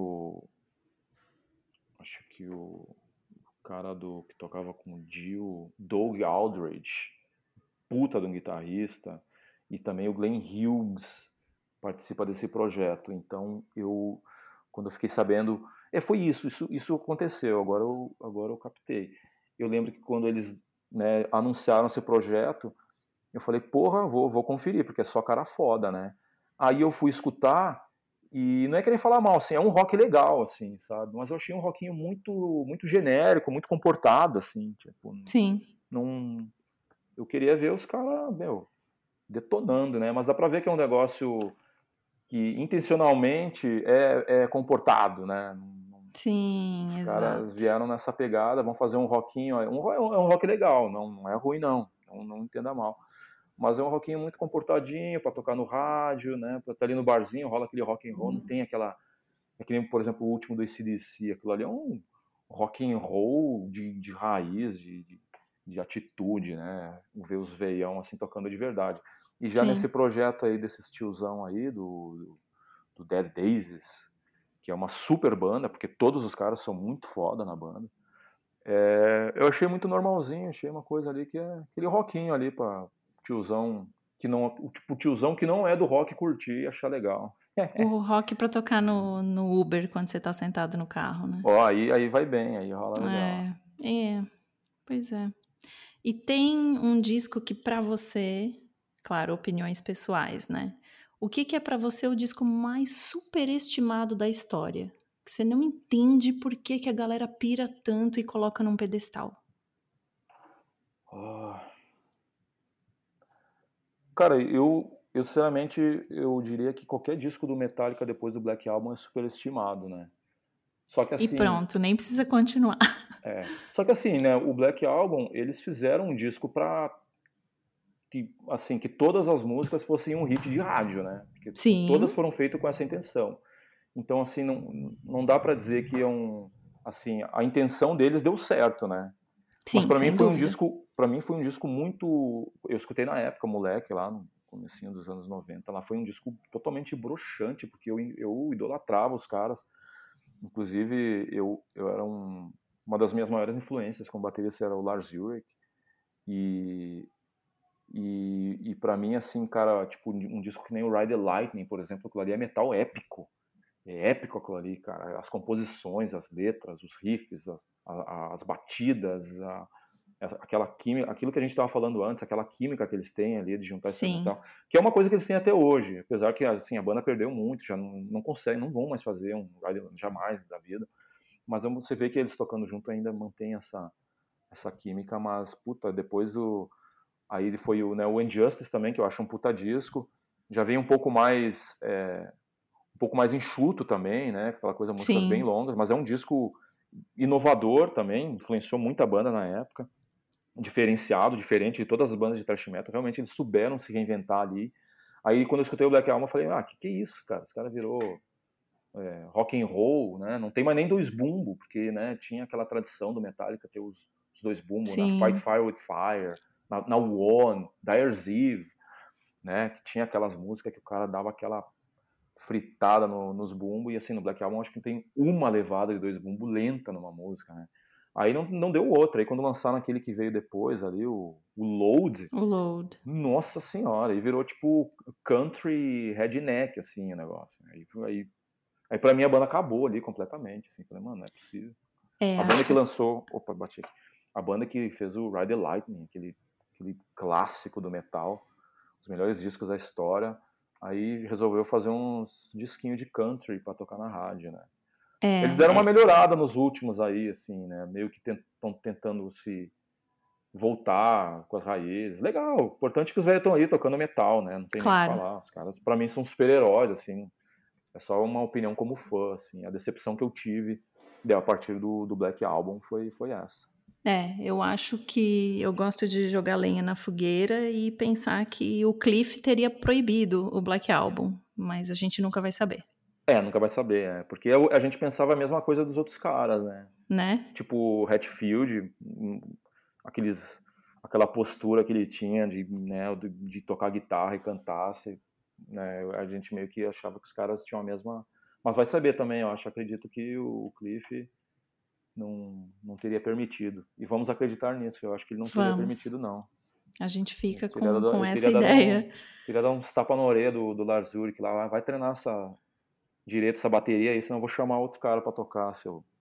acho que o cara que tocava com o Dio, Doug Aldridge, puta de um guitarrista, e também o Glenn Hughes participa desse projeto. Então quando eu fiquei sabendo, foi isso aconteceu. Agora eu captei. Eu lembro que quando eles, né, anunciaram esse projeto, eu falei, porra, vou conferir, porque é só cara foda, né? Aí eu fui escutar e não é querer falar mal, assim, é um rock legal, assim, sabe? Mas eu achei um rockinho muito, muito genérico, muito comportado, assim, tipo, Sim. não... Eu queria ver os caras, meu, detonando, né? Mas dá pra ver que é um negócio que intencionalmente é comportado, né? Os Sim, caras exato. vieram nessa pegada, vão fazer um rockinho, é um rock legal, não é ruim não entenda mal. Mas é um rockinho muito comportadinho para tocar no rádio, né? Pra estar ali no barzinho, rola aquele rock and roll, não tem É que nem, por exemplo, o último do AC/DC, aquilo ali é um rock and roll de raiz, de atitude, né? Ver os veião assim tocando de verdade. E já nesse Sim. projeto aí desses tiozão aí, do Dead Daisies, que é uma super banda, porque todos os caras são muito foda na banda. Eu achei muito normalzinho, achei uma coisa ali que é aquele rockinho ali pra tiozão que não, o tipo tiozão que não é do rock curtir e achar legal. O rock pra tocar no Uber quando você tá sentado no carro, né? Ó, aí vai bem, aí rola legal. É, pois é. E tem um disco que pra você, claro, opiniões pessoais, né? O que é pra você o disco mais superestimado da história? Que você não entende por que a galera pira tanto e coloca num pedestal. Ah, cara, eu sinceramente eu diria que qualquer disco do Metallica depois do Black Album é superestimado, né? Só que E assim, pronto, nem precisa continuar. só que assim, né? O Black Album eles fizeram um disco pra que assim que todas as músicas fossem um hit de rádio, né? Porque todas Sim, foram feitas com essa intenção. Então assim não dá pra dizer que é assim a intenção deles deu certo, né? Mas sim, pra mim sem foi um dúvida. disco, para mim foi um disco muito, eu escutei na época, moleque lá no comecinho dos anos 90, lá foi um disco totalmente broxante, porque eu idolatrava os caras. Inclusive eu era uma das minhas maiores influências como baterista era o Lars Ulrich e e para mim assim, cara, tipo um disco que nem o Ride the Lightning, por exemplo, aquilo ali é metal épico. É épico aquilo ali, cara. As composições, as letras, os riffs, as batidas, aquela química, aquilo que a gente estava falando antes, aquela química que eles têm ali de juntar Sim. instrumental, que é uma coisa que eles têm até hoje, apesar que assim a banda perdeu muito, já não consegue, não vão mais fazer um jamais da vida, mas você vê que eles tocando junto ainda mantém essa química, mas puta, depois aí foi o Injustice também, que eu acho um puta disco, já vem um pouco mais enxuto também, né, aquela coisa, músicas bem Sim. longas, mas é um disco inovador também, influenciou muita banda na época, diferenciado, diferente de todas as bandas de thrash metal. Realmente eles souberam se reinventar ali. Aí quando eu escutei o Black Album, eu falei, que é isso, cara? Esse cara virou rock and roll, né? Não tem mais nem dois bumbos, porque né, tinha aquela tradição do Metallica ter os dois bumbos na Fight Sim. Fire with Fire, na One, Dyer's Eve, né? Que tinha aquelas músicas que o cara dava aquela fritada nos bumbos, e assim, no Black Album acho que tem uma levada de dois bumbos lenta numa música, né? Aí não deu outra. Aí quando lançaram aquele que veio depois ali, o Load, O Load. nossa senhora, aí virou tipo country redneck, assim, o negócio. Aí pra mim a banda acabou ali completamente, assim. Falei, mano, não é possível. É, A banda acho que que. lançou, opa, bati aqui. A banda que fez o Ride the Lightning, aquele clássico do metal, os melhores discos da história, aí resolveu fazer uns disquinhos de country pra tocar na rádio, né? Eles deram uma É, melhorada nos últimos aí, assim, né? Meio que estão tentando se voltar com as raízes. Legal, importante que os velhos estão aí tocando metal, né? Não tem nem o que claro. falar. Os caras, pra mim, são super-heróis, assim. É só uma opinião como fã, assim. A decepção que eu tive a partir do Black Album foi essa. Eu acho que eu gosto de jogar lenha na fogueira e pensar que o Cliff teria proibido o Black Album, mas a gente nunca vai saber, Nunca vai saber, porque a gente pensava a mesma coisa dos outros caras, né? né? Tipo o Hatfield, aqueles, aquela postura que ele tinha de tocar guitarra e cantar, né, a gente meio que achava que os caras tinham a mesma. Mas vai saber também, acredito que o Cliff não teria permitido. E vamos acreditar nisso, eu acho que ele não teria Vamos. permitido, não. A gente fica Teria dado, com ele essa teria ideia. dado uns tapas na orelha do Lars Ulrich lá, vai treinar direito essa bateria aí, senão eu vou chamar outro cara pra tocar,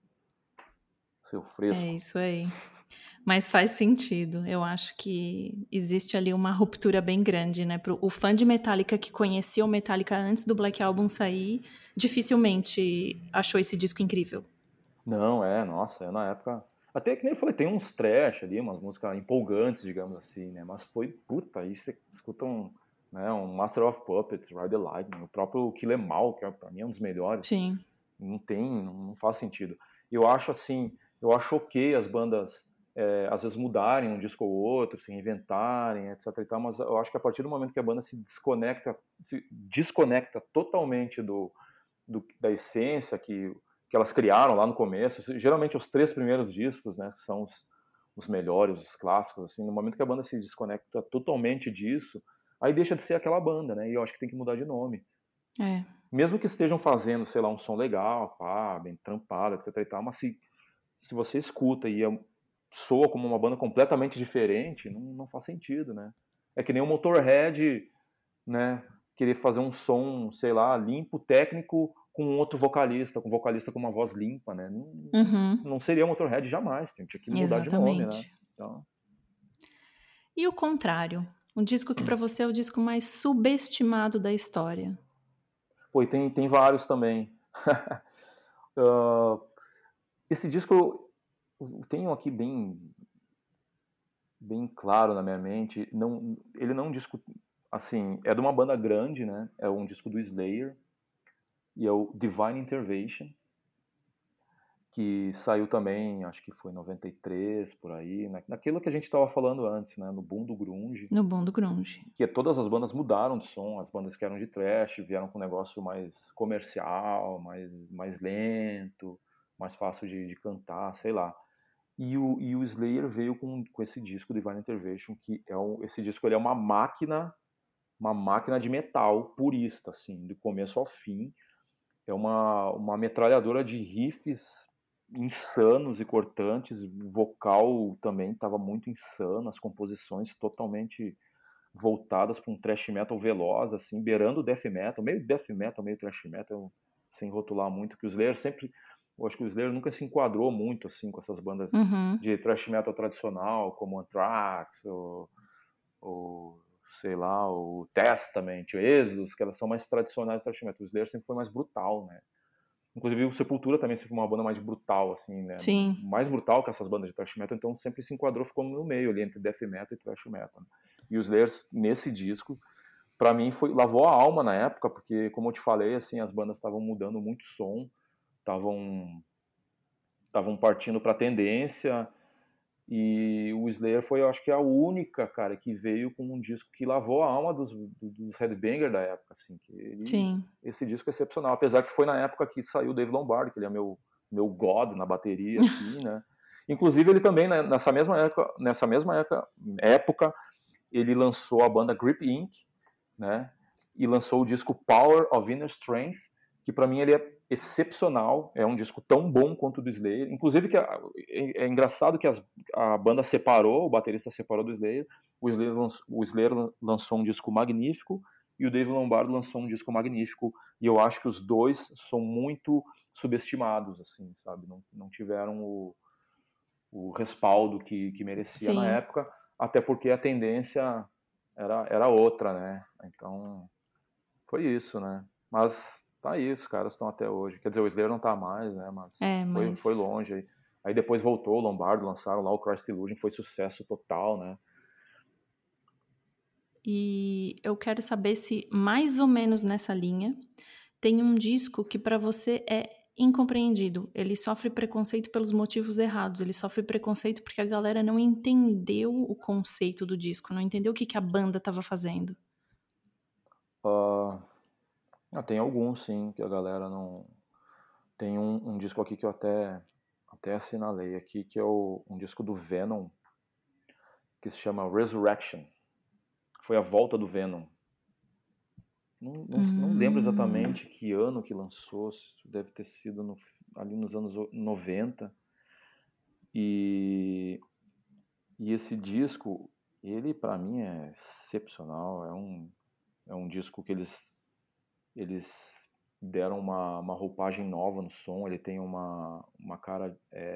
seu É fresco. isso aí. Mas faz sentido. Eu acho que existe ali uma ruptura bem grande, né? O fã de Metallica que conhecia o Metallica antes do Black Album sair, dificilmente achou esse disco incrível. Não, nossa, na época. Até que nem eu falei, tem uns trash ali, umas músicas empolgantes, digamos assim, né? Mas foi, puta, aí você escuta um Master of Puppets, Ride the Lightning, o próprio Kill 'Em All, que pra mim é um dos melhores, Sim. não faz sentido. Eu acho assim, eu acho ok as bandas às vezes mudarem um disco ou outro, se reinventarem, etc e tal, mas eu acho que a partir do momento que a banda se desconecta totalmente da essência que elas criaram lá no começo. Geralmente os 3 primeiros discos, né, são os melhores, os clássicos, assim. No momento que a banda se desconecta totalmente disso, aí deixa de ser aquela banda, né? E eu acho que tem que mudar de nome. É. Mesmo que estejam fazendo, sei lá, um som legal, pá, bem trampado, etc e tal, mas se você escuta e soa como uma banda completamente diferente, não faz sentido, né? É que nem o Motorhead, né, querer fazer um som, sei lá, limpo, técnico, com outro vocalista, com um vocalista com uma voz limpa, né? Uhum. Não seria Motorhead jamais, tinha que mudar de nome, né? Exatamente. Então, E o contrário? Um disco que pra você é o disco mais subestimado da história. pô, e tem vários também. Ah, esse disco eu tenho aqui bem claro na minha mente. Ele não é um disco, assim, é de uma banda grande, né? É um disco do Slayer e é o Divine Intervention, que saiu também, acho que foi em 93, por aí, naquilo que a gente estava falando antes, né? No boom do grunge, No boom do grunge. que todas as bandas mudaram de som, as bandas que eram de thrash vieram com um negócio mais comercial, mais lento, mais fácil de cantar, sei lá. E o Slayer veio com esse disco Divine Intervention, que esse disco ele é uma máquina de metal purista, assim, do começo ao fim. É uma metralhadora de riffs insanos e cortantes, o vocal também estava muito insano, as composições totalmente voltadas para um thrash metal veloz, assim, beirando o death metal, meio thrash metal, sem rotular muito, que o Slayer sempre, eu acho que o Slayer nunca se enquadrou muito, assim, com essas bandas Uhum. de thrash metal tradicional, como Anthrax, ou sei lá, o Testament, o Exodus, que elas são mais tradicionais do thrash metal. O Slayer sempre foi mais brutal, né? Inclusive o Sepultura também sempre foi uma banda mais brutal, assim, né? Sim. Mais brutal que essas bandas de thrash metal, então sempre se enquadrou, ficou no meio ali, entre death metal e thrash metal. Né? E os Slayer, nesse disco, pra mim, lavou a alma na época, porque, como eu te falei, assim, as bandas estavam mudando muito som, estavam partindo pra tendência, e o Slayer foi, eu acho que, a única, cara, que veio com um disco que lavou a alma dos headbanger da época, assim, Sim. esse disco é excepcional, apesar que foi na época que saiu o Dave Lombardo, que ele é meu god na bateria, assim, né? Inclusive ele também, né, nessa mesma época, ele lançou a banda Grip Inc., né? E lançou o disco Power of Inner Strength, que para mim ele é excepcional, é um disco tão bom quanto o do Slayer. Inclusive que é engraçado que a banda separou, o baterista separou do Slayer, o Slayer lançou um disco magnífico e o Dave Lombardo lançou um disco magnífico, e eu acho que os dois são muito subestimados, assim, sabe? Não tiveram o respaldo que merecia na Sim. época, até porque a tendência era outra, né? Então, foi isso, né? Mas tá aí, os caras estão até hoje. Quer dizer, o Slayer não tá mais, né? Mas É, foi mas. longe. Aí depois voltou o Lombardo, lançaram lá o Christ Illusion, foi sucesso total, né? E eu quero saber se, mais ou menos nessa linha, tem um disco que pra você é incompreendido. Ele sofre preconceito pelos motivos errados. Ele sofre preconceito porque a galera não entendeu o conceito do disco, não entendeu o que a banda tava fazendo. Tem alguns, sim, que a galera não... Tem um disco aqui que eu até assinalei aqui, que é um disco do Venom, que se chama Resurrection. Foi a volta do Venom. Não lembro Hum, exatamente que ano que lançou, deve ter sido ali nos anos 90. E, e esse disco, ele para mim é excepcional. É um disco que eles deram uma roupagem nova no som. Ele tem uma cara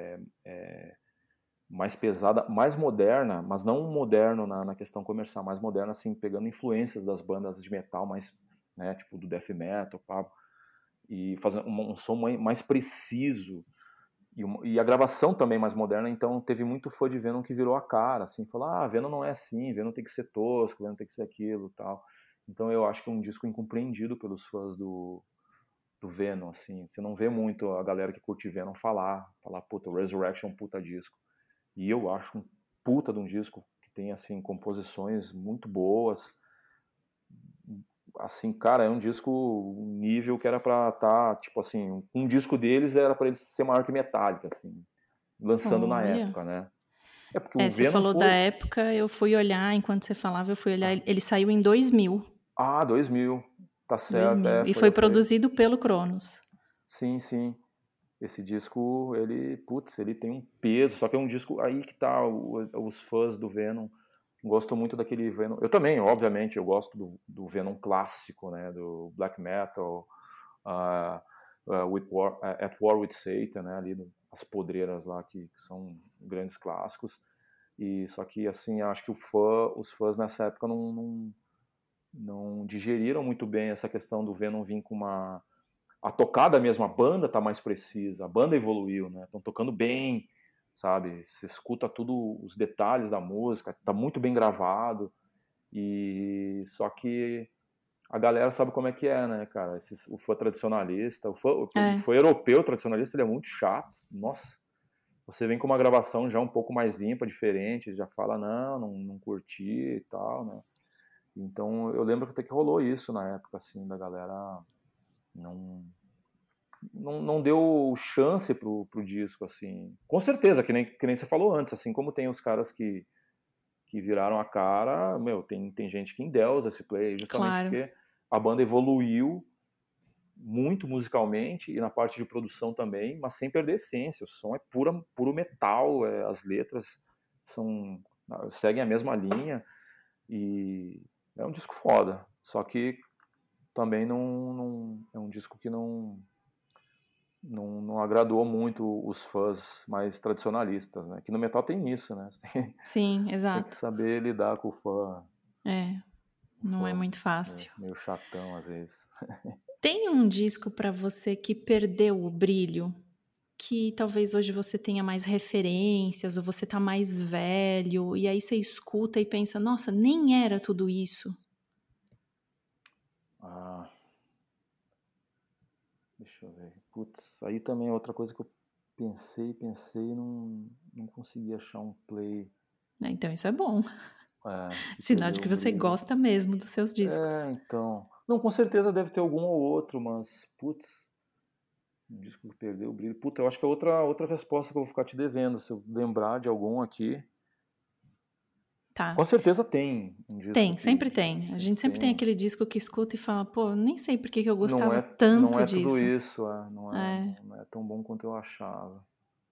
mais pesada, mais moderna, mas não moderno na questão comercial, mais moderna, assim, pegando influências das bandas de metal mais, né, tipo do death metal, pá, e fazendo um som mais preciso, e a gravação também mais moderna. Então teve muito fã de Venom que virou a cara, assim, falou, Venom não é assim, Venom tem que ser tosco, Venom tem que ser aquilo, tal. Então eu acho que é um disco incompreendido pelos fãs do Venom, assim. Você não vê muito a galera que curte Venom falar, puta, o Resurrection é um puta disco. E eu acho um puta de um disco que tem, assim, composições muito boas, assim, cara, é um disco, um nível que era pra estar, tipo assim, um disco deles era pra eles ser maior que Metallica, assim, lançando na Olha. época, né? É porque o É, você Venom falou da foi... época, eu fui olhar, enquanto você falava, eu fui olhar, Ah, ele saiu em 2000. 2000, tá certo, 2000. E foi foi... produzido pelo Cronos. Sim, sim. Esse disco, ele, putz, ele tem um peso, só que é um disco aí que tá, os fãs do Venom gostam muito daquele Venom. Eu também, obviamente, eu gosto do Venom clássico, né, do black metal, uh, At War with Satan, né, ali as podreiras lá que são grandes clássicos. E só que assim, acho que os fãs nessa época não digeriram muito bem essa questão do Venom vir com uma... A tocada mesmo, a banda tá mais precisa, a banda evoluiu, né? Estão tocando bem, sabe? Você escuta tudo, os detalhes da música, tá muito bem gravado. E só que a galera sabe como é que é, né, cara? O fã tradicionalista, o É, fã europeu tradicionalista, ele é muito chato. Nossa, você vem com uma gravação já um pouco mais limpa, diferente, já fala, não curti e tal, né? Então eu lembro que até que rolou isso na época, assim, da galera não não deu chance pro disco, assim. Com certeza, que nem você falou antes, assim como tem os caras que viraram a cara, meu, tem gente que endeusa esse play, justamente claro. porque a banda evoluiu muito musicalmente e na parte de produção também, mas sem perder a essência. O som é puro metal, as letras são seguem a mesma linha e é um disco foda. Só que também não é um disco que não agradou muito os fãs mais tradicionalistas, né? Que no metal tem isso, né? Você Sim, tem que exato. saber lidar com É, o não é fã muito fácil. meio chatão às vezes. Tem um disco pra você que perdeu o brilho? Que talvez hoje você tenha mais referências, ou você tá mais velho, e aí você escuta e pensa, nossa, nem era tudo isso. Ah, deixa eu ver. Putz, aí também é outra coisa que eu pensei e não consegui achar um play Né? Então isso é bom. que Sinal de perdeu que o você brilho. gosta mesmo dos seus discos. Então. Não, com certeza deve ter algum ou outro, mas, putz, um disco que perdeu o brilho. Puta, eu acho que é outra resposta que eu vou ficar te devendo. Se eu lembrar de algum aqui. Com Tá. certeza tem um disco Tem, que sempre tem. A sempre gente sempre tem tem. aquele disco que escuta e fala, pô, nem sei por que que eu Não gostava não tanto é tudo disso. isso, É. não é tão bom quanto eu achava.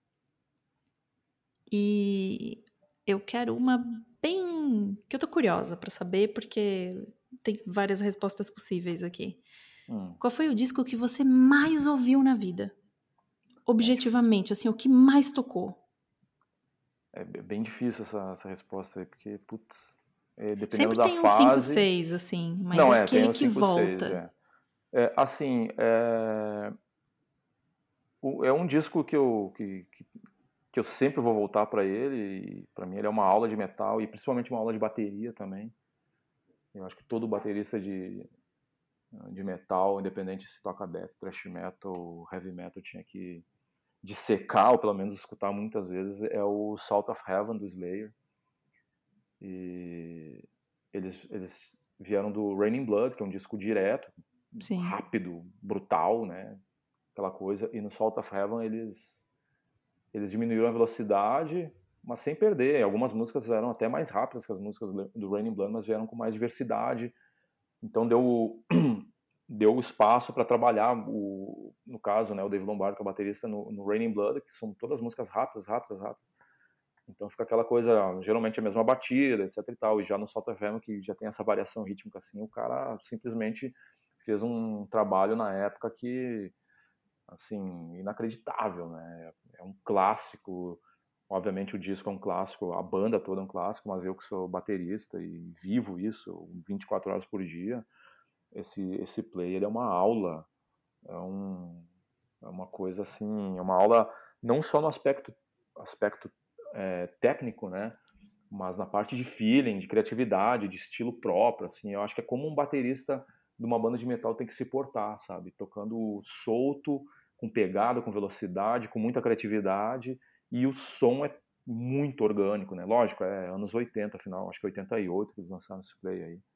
E eu quero uma bem. Que eu tô curiosa pra saber, porque tem várias respostas possíveis aqui. Hum, Qual foi o disco que você mais ouviu na vida? é difícil. Objetivamente, assim, o que mais tocou? É bem difícil essa resposta aí, porque, putz, dependendo Sempre da tem uns 5, fase. 6, assim, mas Não, tem aquele os que 5 6 volta. assim, é um disco que eu sempre vou voltar para ele, e para mim ele é uma aula de metal, e principalmente uma aula de bateria também. Eu acho que todo baterista de metal, independente se toca death, thrash metal, heavy metal, tinha que dissecar, ou pelo menos escutar muitas vezes, é o Salt of Heaven do Slayer. E eles vieram do Raining Blood, que é um disco direto, Sim. rápido, brutal, né? Aquela coisa. E no Salt of Heaven eles diminuíram a velocidade, mas sem perder. Algumas músicas eram até mais rápidas que as músicas do Raining Blood, mas vieram com mais diversidade. Então deu espaço para trabalhar, no caso, né, o Dave Lombardo, que é o baterista, no Raining Blood, que são todas músicas rápidas, rápidas, rápidas. Então fica aquela coisa, geralmente a mesma batida, etc e tal. E já no Salt of Heaven, que já tem essa variação rítmica assim, o cara simplesmente fez um trabalho na época que, assim, inacreditável, né? É um clássico. Obviamente o disco é um clássico, a banda toda é um clássico, mas eu que sou baterista e vivo isso 24 horas por dia, esse play ele é uma aula, é, um, é uma coisa assim, é uma aula não só no aspecto técnico, né? Mas na parte de feeling, de criatividade, de estilo próprio, assim, eu acho que é como um baterista de uma banda de metal tem que se portar, sabe? Tocando solto, com pegada, com velocidade, com muita criatividade, e o som é muito orgânico, né? Lógico, é anos 80, afinal, acho que 88 que eles lançaram esse play aí.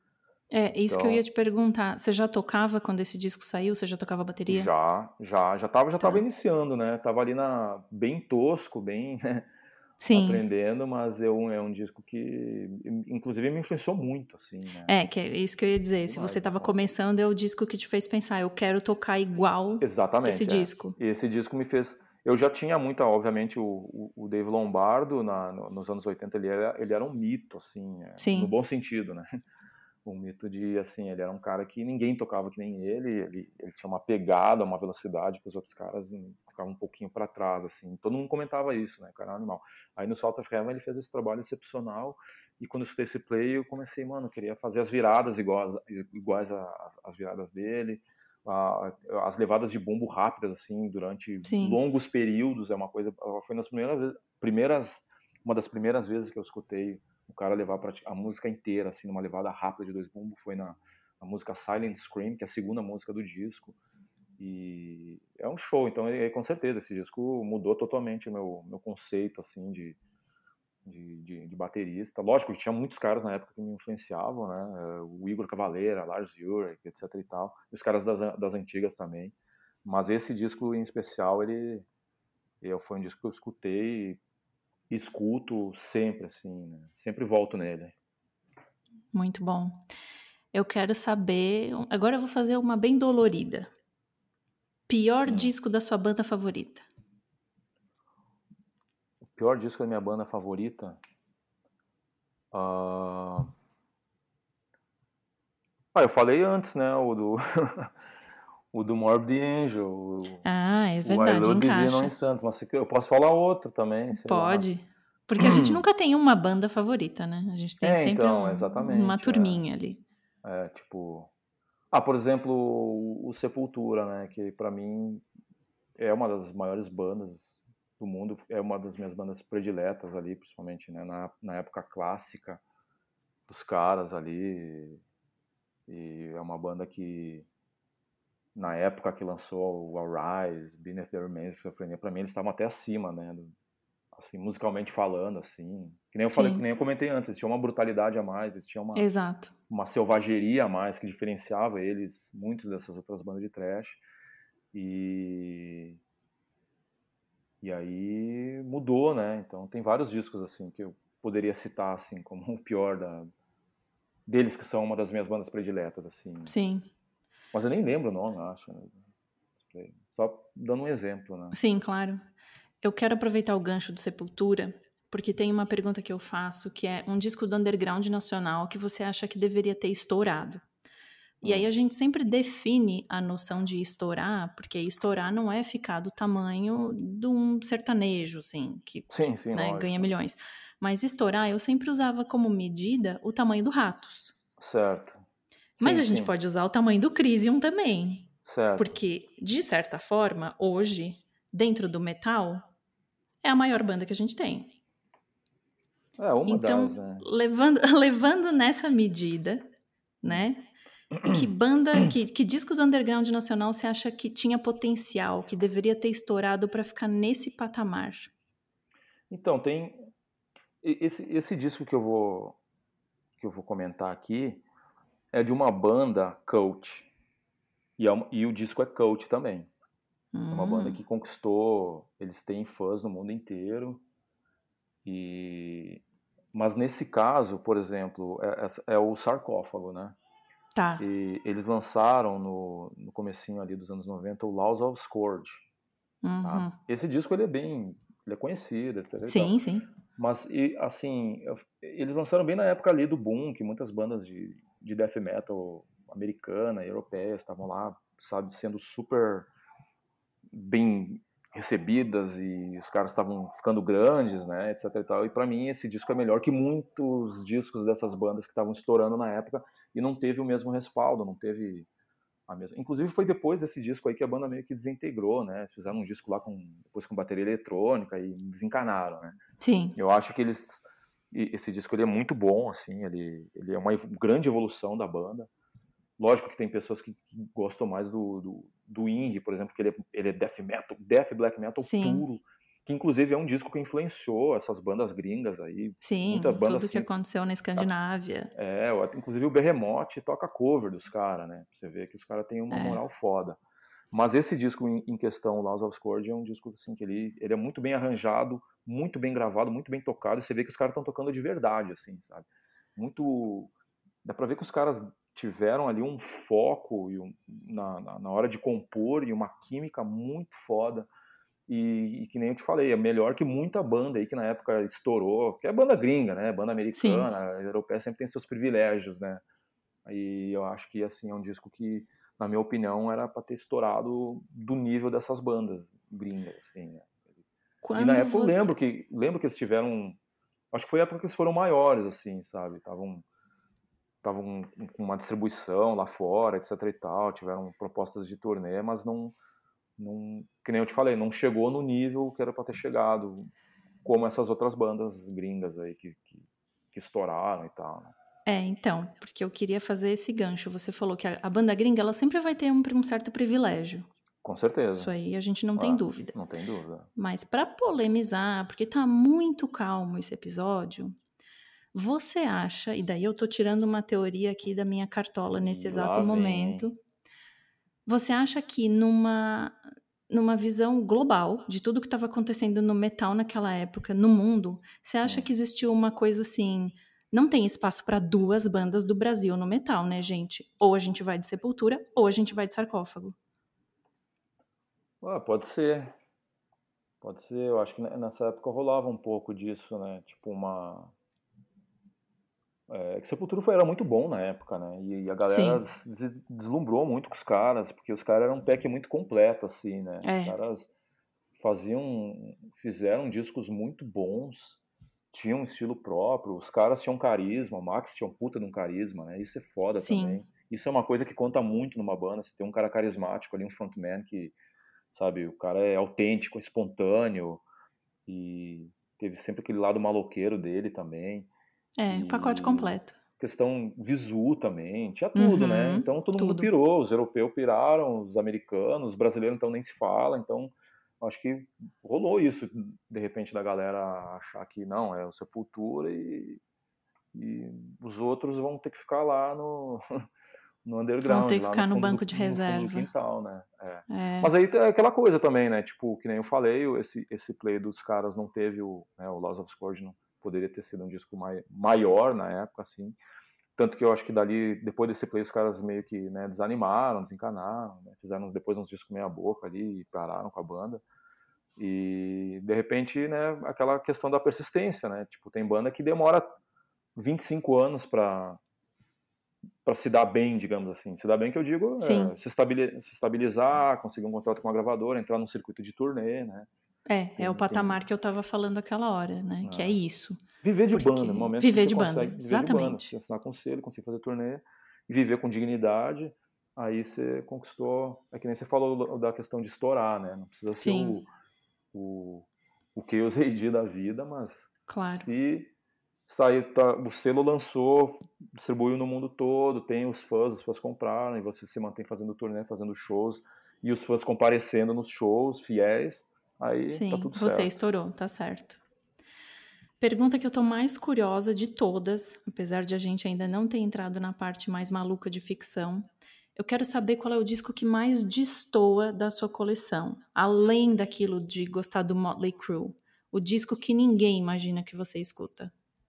É, isso que eu ia Então, te perguntar. Você já tocava quando esse disco saiu? Você já tocava bateria? já tava Tá. iniciando, né? Tava ali bem tosco, bem, né, Sim. aprendendo, mas é um disco que, inclusive, me influenciou muito, assim, né? É, que é isso que eu ia dizer. Se você Demais, estava então. começando, é o disco que te fez pensar, eu quero tocar igual esse Exatamente, é. disco. E esse disco me fez. Eu já tinha muita, obviamente, o Dave Lombardo nos anos 80, ele era um mito, assim, no Sim, bom sentido, né? Um mito de, assim, ele era um cara que ninguém tocava que nem ele tinha uma pegada, uma velocidade que os outros caras ficavam um pouquinho para trás, assim. Todo mundo comentava isso, né? O cara era um animal. Aí no Salt of Heaven ele fez esse trabalho excepcional e quando eu escutei esse play eu comecei, mano, eu queria fazer as viradas iguais às viradas dele, as levadas de bumbo rápidas, assim, durante sim. longos períodos, é uma coisa, foi nas uma das primeiras vezes que eu escutei o cara levar a música inteira, assim, numa levada rápida de dois bumbos, foi na música Silent Scream, que é a segunda música do disco. E é um show, então com certeza esse disco mudou totalmente o meu conceito, assim, de baterista. Lógico que tinha muitos caras na época que me influenciavam, né? O Igor Cavaleira, Lars Ulrich, etc e tal. E os caras das antigas também. Mas esse disco em especial, foi um disco que eu escutei e escuto sempre, assim, né? Sempre volto nele. Muito bom. Eu quero saber. Agora eu vou fazer uma bem dolorida. Pior Hum. disco da sua banda favorita? O pior disco da minha banda favorita? Ah, eu falei antes, né? O do Morbid Angel, Ah, é o I verdade, Love Divino encaixa. em Santos, mas eu posso falar outro também, sei lá. Pode. Porque a gente nunca tem uma banda favorita, né? A gente tem sempre Então, uma exatamente. turminha ali. Tipo. Por exemplo, o Sepultura, né? Que pra mim é uma das maiores bandas do mundo, é uma das minhas bandas prediletas ali, principalmente, né? Na época clássica dos caras ali. E é uma banda que na época que lançou o Arise, Beneath the Remains of Schizophrenia, pra mim eles estavam até acima, né? Assim, musicalmente falando, assim. Que nem eu falei, que Sim, nem eu comentei antes, eles tinham uma brutalidade a mais, eles tinham exato. uma selvageria a mais que diferenciava eles, muitos dessas outras bandas de thrash. E, e aí mudou, né? Então tem vários discos, assim, que eu poderia citar, assim, como o pior deles, que são uma das minhas bandas prediletas, assim. Sim. Mas eu nem lembro o nome, eu acho, né? Só dando um exemplo, né? Sim, claro. Eu quero aproveitar o gancho do Sepultura, porque tem uma pergunta que eu faço, que é um disco do underground nacional que você acha que deveria ter estourado. E aí Hum. a gente sempre define a noção de estourar, porque estourar não é ficar do tamanho de um sertanejo, assim, Sim, sim, né, ganha lógico. milhões. Mas estourar eu sempre usava como medida o tamanho do Ratos. Certo. Mas Sim, a gente sim. pode usar o tamanho do Crisium também. Certo. Porque, de certa forma, hoje, dentro do metal, é a maior banda que a gente tem. É uma das, Então, né? levando nessa medida, Hum. né? Que banda, que disco do underground nacional você acha que tinha potencial, que deveria ter estourado para ficar nesse patamar? Então, tem esse disco que eu vou comentar aqui é de uma banda cult. E o disco é cult também. É uma banda Hum, que conquistou, eles têm fãs no mundo inteiro. E mas nesse caso, por exemplo, é o Sarcófago, né? tá. E eles lançaram no comecinho ali dos anos 90 o Laws of Scourge, tá? Uhum. Esse disco ele é conhecido, etc e tal. Sim, sim. Mas, assim, eles lançaram bem na época ali do boom, que muitas bandas de death metal americana, europeia, estavam lá, sabe, sendo super bem recebidas e os caras estavam ficando grandes, né, etc e tal. E pra mim esse disco é melhor que muitos discos dessas bandas que estavam estourando na época e não teve o mesmo respaldo, não teve a mesma. Inclusive foi depois desse disco aí que a banda meio que desintegrou, né? Eles fizeram um disco lá depois com bateria eletrônica e desencanaram, né? Sim. Eu acho que esse disco ele é muito bom, assim, ele é uma grande evolução da banda. Lógico que tem pessoas que gostam mais do indie, por exemplo, que ele é death metal, death black metal Sim. puro. que inclusive é um disco que influenciou essas bandas gringas aí, muita Sim, banda tudo que assim, aconteceu na Escandinávia. inclusive o Behemoth toca cover dos caras, né? Você vê que os caras têm uma É, moral foda. Mas esse disco em questão, Laws of Scourge, é um disco assim, que ele é muito bem arranjado, muito bem gravado, muito bem tocado, e você vê que os caras estão tocando de verdade, assim, sabe? Muito... Dá pra ver que os caras tiveram ali um foco na hora de compor e uma química muito foda. E que nem eu te falei, é melhor que muita banda aí que na época estourou, que é banda gringa, né? Banda sim. americana, a europeia sempre tem seus privilégios, né? Aí eu acho que assim é um disco que, na minha opinião, era para ter estourado do nível dessas bandas gringas, assim, né? E na Quando época eu você. lembro que eles tiveram, acho que foi a época que eles foram maiores, assim, sabe? Estavam com uma distribuição lá fora, etc e tal, tiveram propostas de turnê, mas que nem eu te falei, não chegou no nível que era para ter chegado, como essas outras bandas gringas aí que estouraram e tal, né? Então, porque eu queria fazer esse gancho. Você falou que a banda gringa, ela sempre vai ter um certo privilégio. Com Isso certeza. aí a gente não tem dúvida. Não tem dúvida. Mas para polemizar, porque tá muito calmo esse episódio, você acha, e daí eu tô tirando uma teoria aqui da minha cartola nesse E exato lá vem, hein? momento, você acha que numa visão global de tudo que estava acontecendo no metal naquela época, no mundo, você acha Hum. que existiu uma coisa assim, não tem espaço para duas bandas do Brasil no metal, né, gente? Ou a gente vai de Sepultura, ou a gente vai de Sarcófago. Pode ser. Pode ser. Eu acho que nessa época rolava um pouco disso, né? Tipo uma. Que Sepultura era muito bom na época, né? E a galera Sim, deslumbrou muito com os caras, porque os caras eram um pack muito completo, assim, né? Os é, caras fizeram discos muito bons, tinham um estilo próprio, os caras tinham carisma, o Max tinha um puta de um carisma, né? Isso é foda sim. também. Isso é uma coisa que conta muito numa banda, você tem um cara carismático ali, um frontman que, sabe, o cara é autêntico, espontâneo e teve sempre aquele lado maloqueiro dele também. O pacote E completo. questão visu também, tinha tudo, né? Uhum, Então todo mundo tudo. pirou, os europeus piraram, os americanos, os brasileiros então nem se fala, então acho que rolou isso, de repente, da galera achar que não, é o Sepultura e os outros vão ter que ficar lá no, no Vão underground, ter que lá no ficar no fundo banco de no fundo do reserva. quintal, né? É. É, Mas aí é aquela coisa também, né? Tipo, que nem eu falei, esse play dos caras não teve o Laws of Scourge não poderia ter sido um disco maior na época, assim. Tanto que eu acho que dali, depois desse play, os caras meio que, né, desanimaram, desencanaram, né? Fizeram depois uns discos meia boca ali e pararam com a banda. E, de repente, né, aquela questão da persistência, né? Tipo, tem banda que demora 25 anos para se dar bem, digamos assim. Se dar bem que eu digo sim. se estabilizar, conseguir um contrato com uma gravadora, entrar num circuito de turnê, né? É o Tem patamar que eu tava falando aquela hora, né? Que é ah, isso. viver de banda, no Porque momento que viver você de banda, consegue viver de banda, você exatamente. assinar conselho, conseguir fazer turnê, viver com dignidade, aí você conquistou, é que nem você falou da questão de estourar, né? Não precisa ser Sim, o, o Chaos AD da vida, mas claro. se sair, o selo lançou, distribuiu no mundo todo, tem os fãs compraram, e você se mantém fazendo turnê, fazendo shows, e os fãs comparecendo nos shows, fiéis, aí tá Sim, tudo você certo. estourou, tá certo. Pergunta que eu tô mais curiosa de todas, apesar de a gente ainda não ter entrado na parte mais maluca de ficção. Eu quero saber qual é o disco que mais destoa da sua coleção, além daquilo de gostar do Motley Crue. O disco que ninguém imagina que você escuta.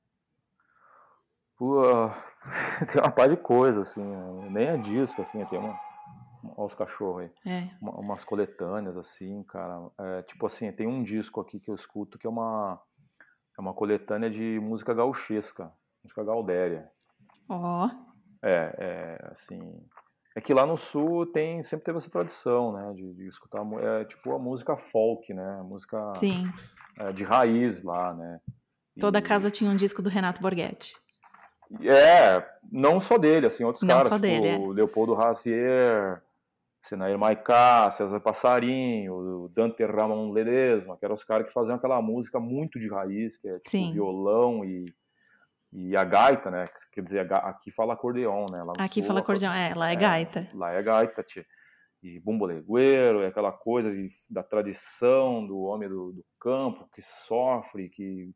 Pô, tem uma par de coisa, assim, né? Nem é disco, assim, tem olha os cachorros aí. É. Umas coletâneas, assim, cara. Tipo assim, tem um disco aqui que eu escuto que é uma coletânea de música gauchesca, música gaudéria. Ó, Assim. É que lá no sul sempre teve essa tradição, né, de escutar, tipo a música folk, né, a música sim. de raiz lá, né. Toda E casa tinha um disco do Renato Borghetti. não só dele, assim, outros Não caras, só dele, tipo é. Leopoldo Razier, Senair Maiká, César Passarinho, Dante Ramon Ledesma, que eram os caras que faziam aquela música muito de raiz, que é tipo Sim. violão e a gaita, né? Quer dizer, aqui fala acordeon, né? Lá no Aqui fala sul, acordeão. Lá é gaita. lá é gaita, tia. e bumbo-legueiro, é aquela coisa da tradição do homem do campo que sofre,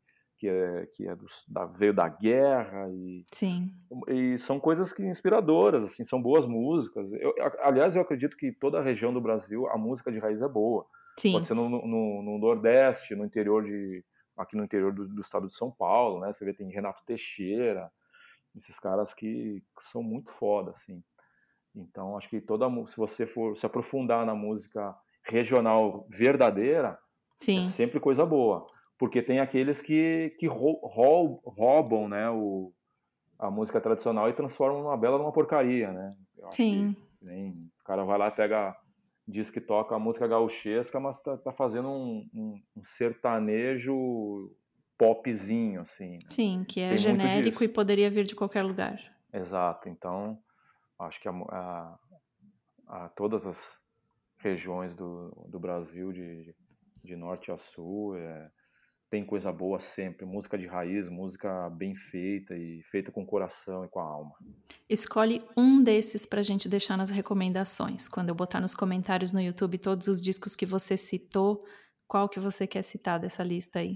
veio da guerra Sim, e são coisas que inspiradoras, assim, são boas músicas. Aliás, eu acredito que toda a região do Brasil a música de raiz é boa. Pode sim, ser no Nordeste, aqui no interior do estado de São Paulo, né? Você vê, tem Renato Teixeira, esses caras que são muito foda, assim. Então, acho que se você for se aprofundar na música regional verdadeira, é sim, sempre coisa boa. Porque tem aqueles que roubam, né, a música tradicional e transformam uma bela numa porcaria, né? Eu acho que sim, nem o cara vai lá e diz que toca a música gauchesca, mas tá fazendo um sertanejo popzinho, assim, né? sim, que é Tem muito genérico disso. e poderia vir de qualquer lugar. Exato. Então, acho que todas as regiões do Brasil, de norte a sul, tem coisa boa sempre. Música de raiz, música bem feita e feita com o coração e com a alma. Escolhe um desses pra gente deixar nas recomendações. Quando eu botar nos comentários no YouTube todos os discos que você citou, qual que você quer citar dessa lista aí?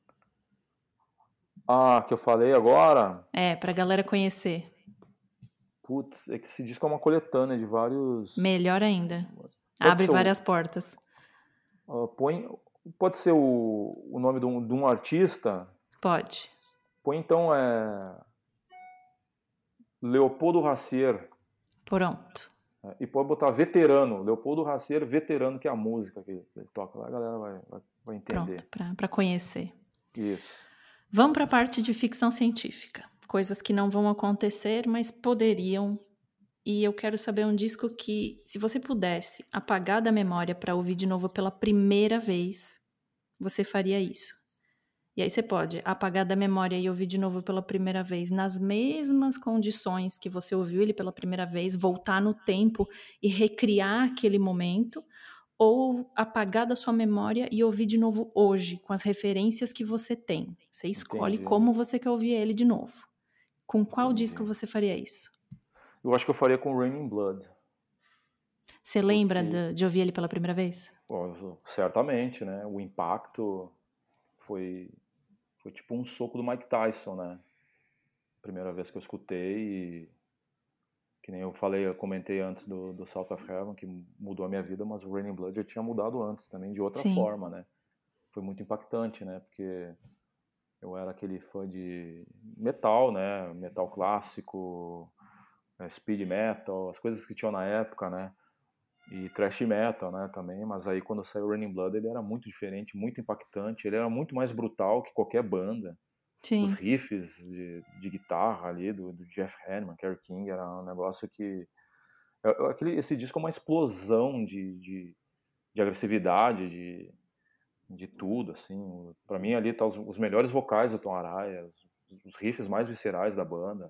Ah, que eu falei agora, Pra galera conhecer. putz, é que esse disco é uma coletânea de vários. Melhor ainda. Pode Abre ser várias portas. pode ser o nome de um artista. Pode. Põe então Leopoldo Racier. Pronto. E pode botar veterano, Leopoldo Racier, veterano, que é a música que ele toca lá, a galera vai Pronto, entender. pra conhecer. Isso. Vamos pra parte de ficção científica. Coisas que não vão acontecer, mas poderiam. E eu quero saber um disco que, se você pudesse apagar da memória pra ouvir de novo pela primeira vez, você faria isso. E aí você pode apagar da memória e ouvir de novo pela primeira vez nas mesmas condições que você ouviu ele pela primeira vez, voltar no tempo e recriar aquele momento, ou apagar da sua memória e ouvir de novo hoje, com as referências que você tem. Você escolhe Entendi, como você quer ouvir ele de novo. Com qual disco entendi. você faria isso? Eu acho que eu faria com Raining Blood, Você lembra porque, de ouvir ele pela primeira vez? pô, certamente, né? O impacto foi, foi tipo um soco do Mike Tyson, né? Primeira vez que eu escutei, e que nem eu comentei antes do South of Heaven, que mudou a minha vida, mas o Raining Blood já tinha mudado antes também, de outra Sim, forma, né? Foi muito impactante, né? Porque eu era aquele fã de metal, né? Metal clássico, speed metal, as coisas que tinham na época, né? E thrash metal, né, também, mas aí quando saiu Raining Blood ele era muito diferente, muito impactante, ele era muito mais brutal que qualquer banda. Os sim, riffs de guitarra ali do Jeff Hanneman, Kerry King, era um negócio que... Esse disco é uma explosão de agressividade, de tudo, assim. Pra mim ali tá os melhores vocais do Tom Araya, os riffs mais viscerais da banda.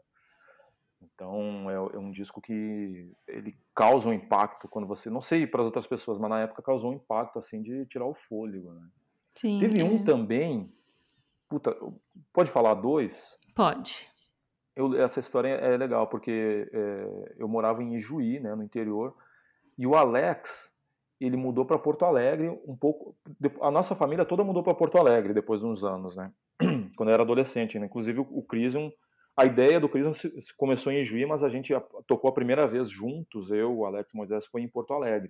Então é um disco que ele causa um impacto quando você, não sei para as outras pessoas, mas na época causou um impacto assim de tirar o fôlego, né? sim, Teve um também, puta, pode falar dois? pode. Essa história é legal porque eu morava em Ijuí, né, no interior, e o Alex ele mudou para Porto Alegre um pouco. A nossa família toda mudou para Porto Alegre depois de uns anos, né? Quando eu era adolescente, né? Inclusive o Crisium, a ideia do Crisium começou em Juí, mas a gente tocou a primeira vez juntos, eu, o Alex e o Moisés, foi em Porto Alegre.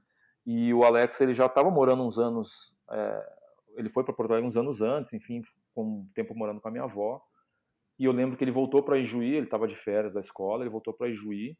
E o Alex, ele já estava morando uns anos, ele foi para Porto Alegre uns anos antes, enfim, com um tempo morando com a minha avó. E eu lembro que ele voltou para Ijuí, ele estava de férias da escola, ele voltou para Ijuí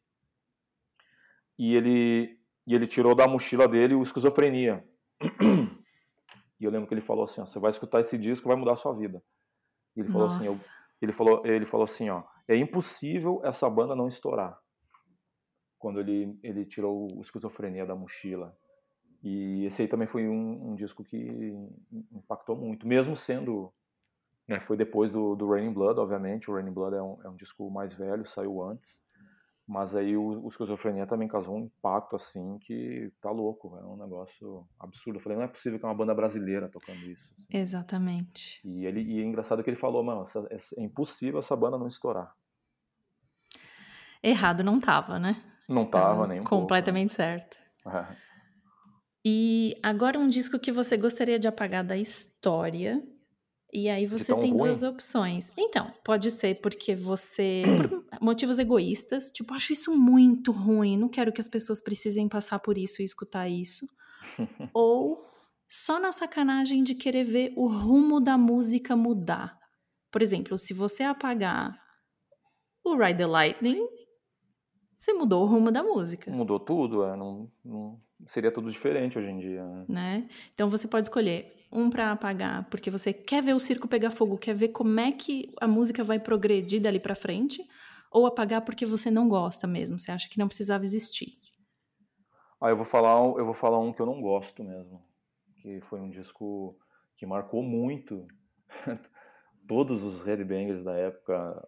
e ele tirou da mochila dele o Esquizofrenia. E eu lembro que ele falou assim, ó, você vai escutar esse disco, vai mudar a sua vida. E ele falou assim, Nossa. ele falou assim, ó, é impossível essa banda não estourar. Quando ele tirou o Esquizofrenia da mochila. E esse aí também foi um disco que impactou muito, mesmo sendo, né, foi depois do Raining Blood, obviamente. O Raining Blood é um disco mais velho, saiu antes. Mas aí o Esquizofrenia também causou um impacto assim que tá louco, é um negócio absurdo. Eu falei, não é possível que é uma banda brasileira tocando isso, assim. Exatamente. E é engraçado que ele falou, mano, é impossível essa banda não estourar. Errado não tava, né? Não tava Tava nem um pouco, né? completamente certo. É. E agora um disco que você gostaria de apagar da história. E aí De você tão tem duas ruim? opções. Então, pode ser porque você, por motivos egoístas, tipo, acho isso muito ruim, não quero que as pessoas precisem passar por isso e escutar isso. Ou só na sacanagem de querer ver o rumo da música mudar. Por exemplo, se você apagar o Ride the Lightning, você mudou o rumo da música, Mudou tudo, não seria tudo diferente hoje em dia, né? né? Então você pode escolher um pra apagar porque você quer ver o circo pegar fogo, quer ver como é que a música vai progredir dali pra frente, ou apagar porque você não gosta mesmo, você acha que não precisava existir. Ah, eu vou falar um que eu não gosto mesmo, que foi um disco que marcou muito todos os headbangers da época,